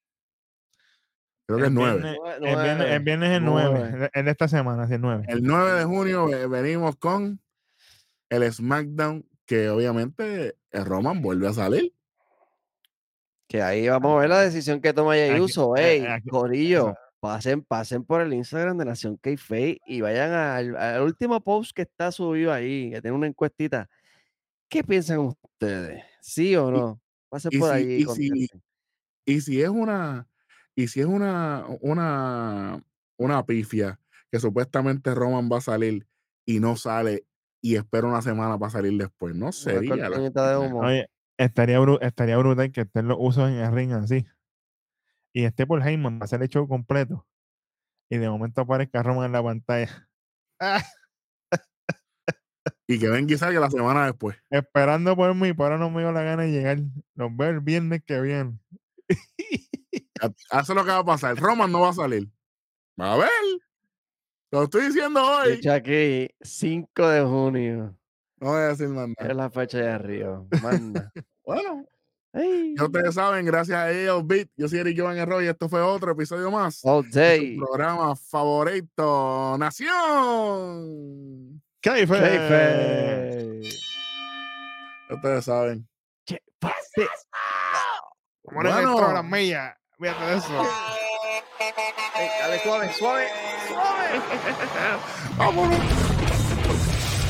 Creo que es El nueve. viernes, Nue- el viernes, el Nueve. viernes es el Nueve. nueve. El de esta semana, sí, el nueve. El nueve de junio eh, venimos con el SmackDown, que obviamente eh, Roman vuelve a salir. Que ahí vamos a ver la decisión que toma Jey Aquí- Uso. eh, Ey, aquí- Corillo, esa- pasen, pasen por el Instagram de Nación Kayfabe y vayan al, al último post que está subido ahí, que tiene una encuestita. ¿Qué piensan ustedes? ¿Sí o Y, no? Pasen y por si, allí y y si, contesten. y si es una, y si es una, una, una pifia que supuestamente Roman va a salir y no sale y espera una semana para salir después, no Una sería la cortinita de humo. Oye, estaría, bru- estaría brutal que estén los usos en el ring así. Y esté por Heyman para hacer el show completo. Y de momento aparezca Roman en la pantalla. Ah, y que venga y salga la semana después. esperando por mí, pero no me dio la gana de llegar. Los veo el viernes que viene. Eso es lo que va a pasar. Roman no va a salir. A ver, lo estoy diciendo De hoy. hecho, aquí, cinco de junio. No voy a decir más Es nada. la fecha de arriba. Manda. Bueno, Ay. Ya ustedes saben, gracias a ellos, Beat. Yo soy Eric Iván Herro y esto fue otro episodio más. All de day. su programa favorito, Nación. Keife. Keife. Ya ustedes saben. ¿Qué pase? Vámonos dentro de las Bueno, millas. Fíjate de eso. Ey, dale suave, suave, suave. vámonos.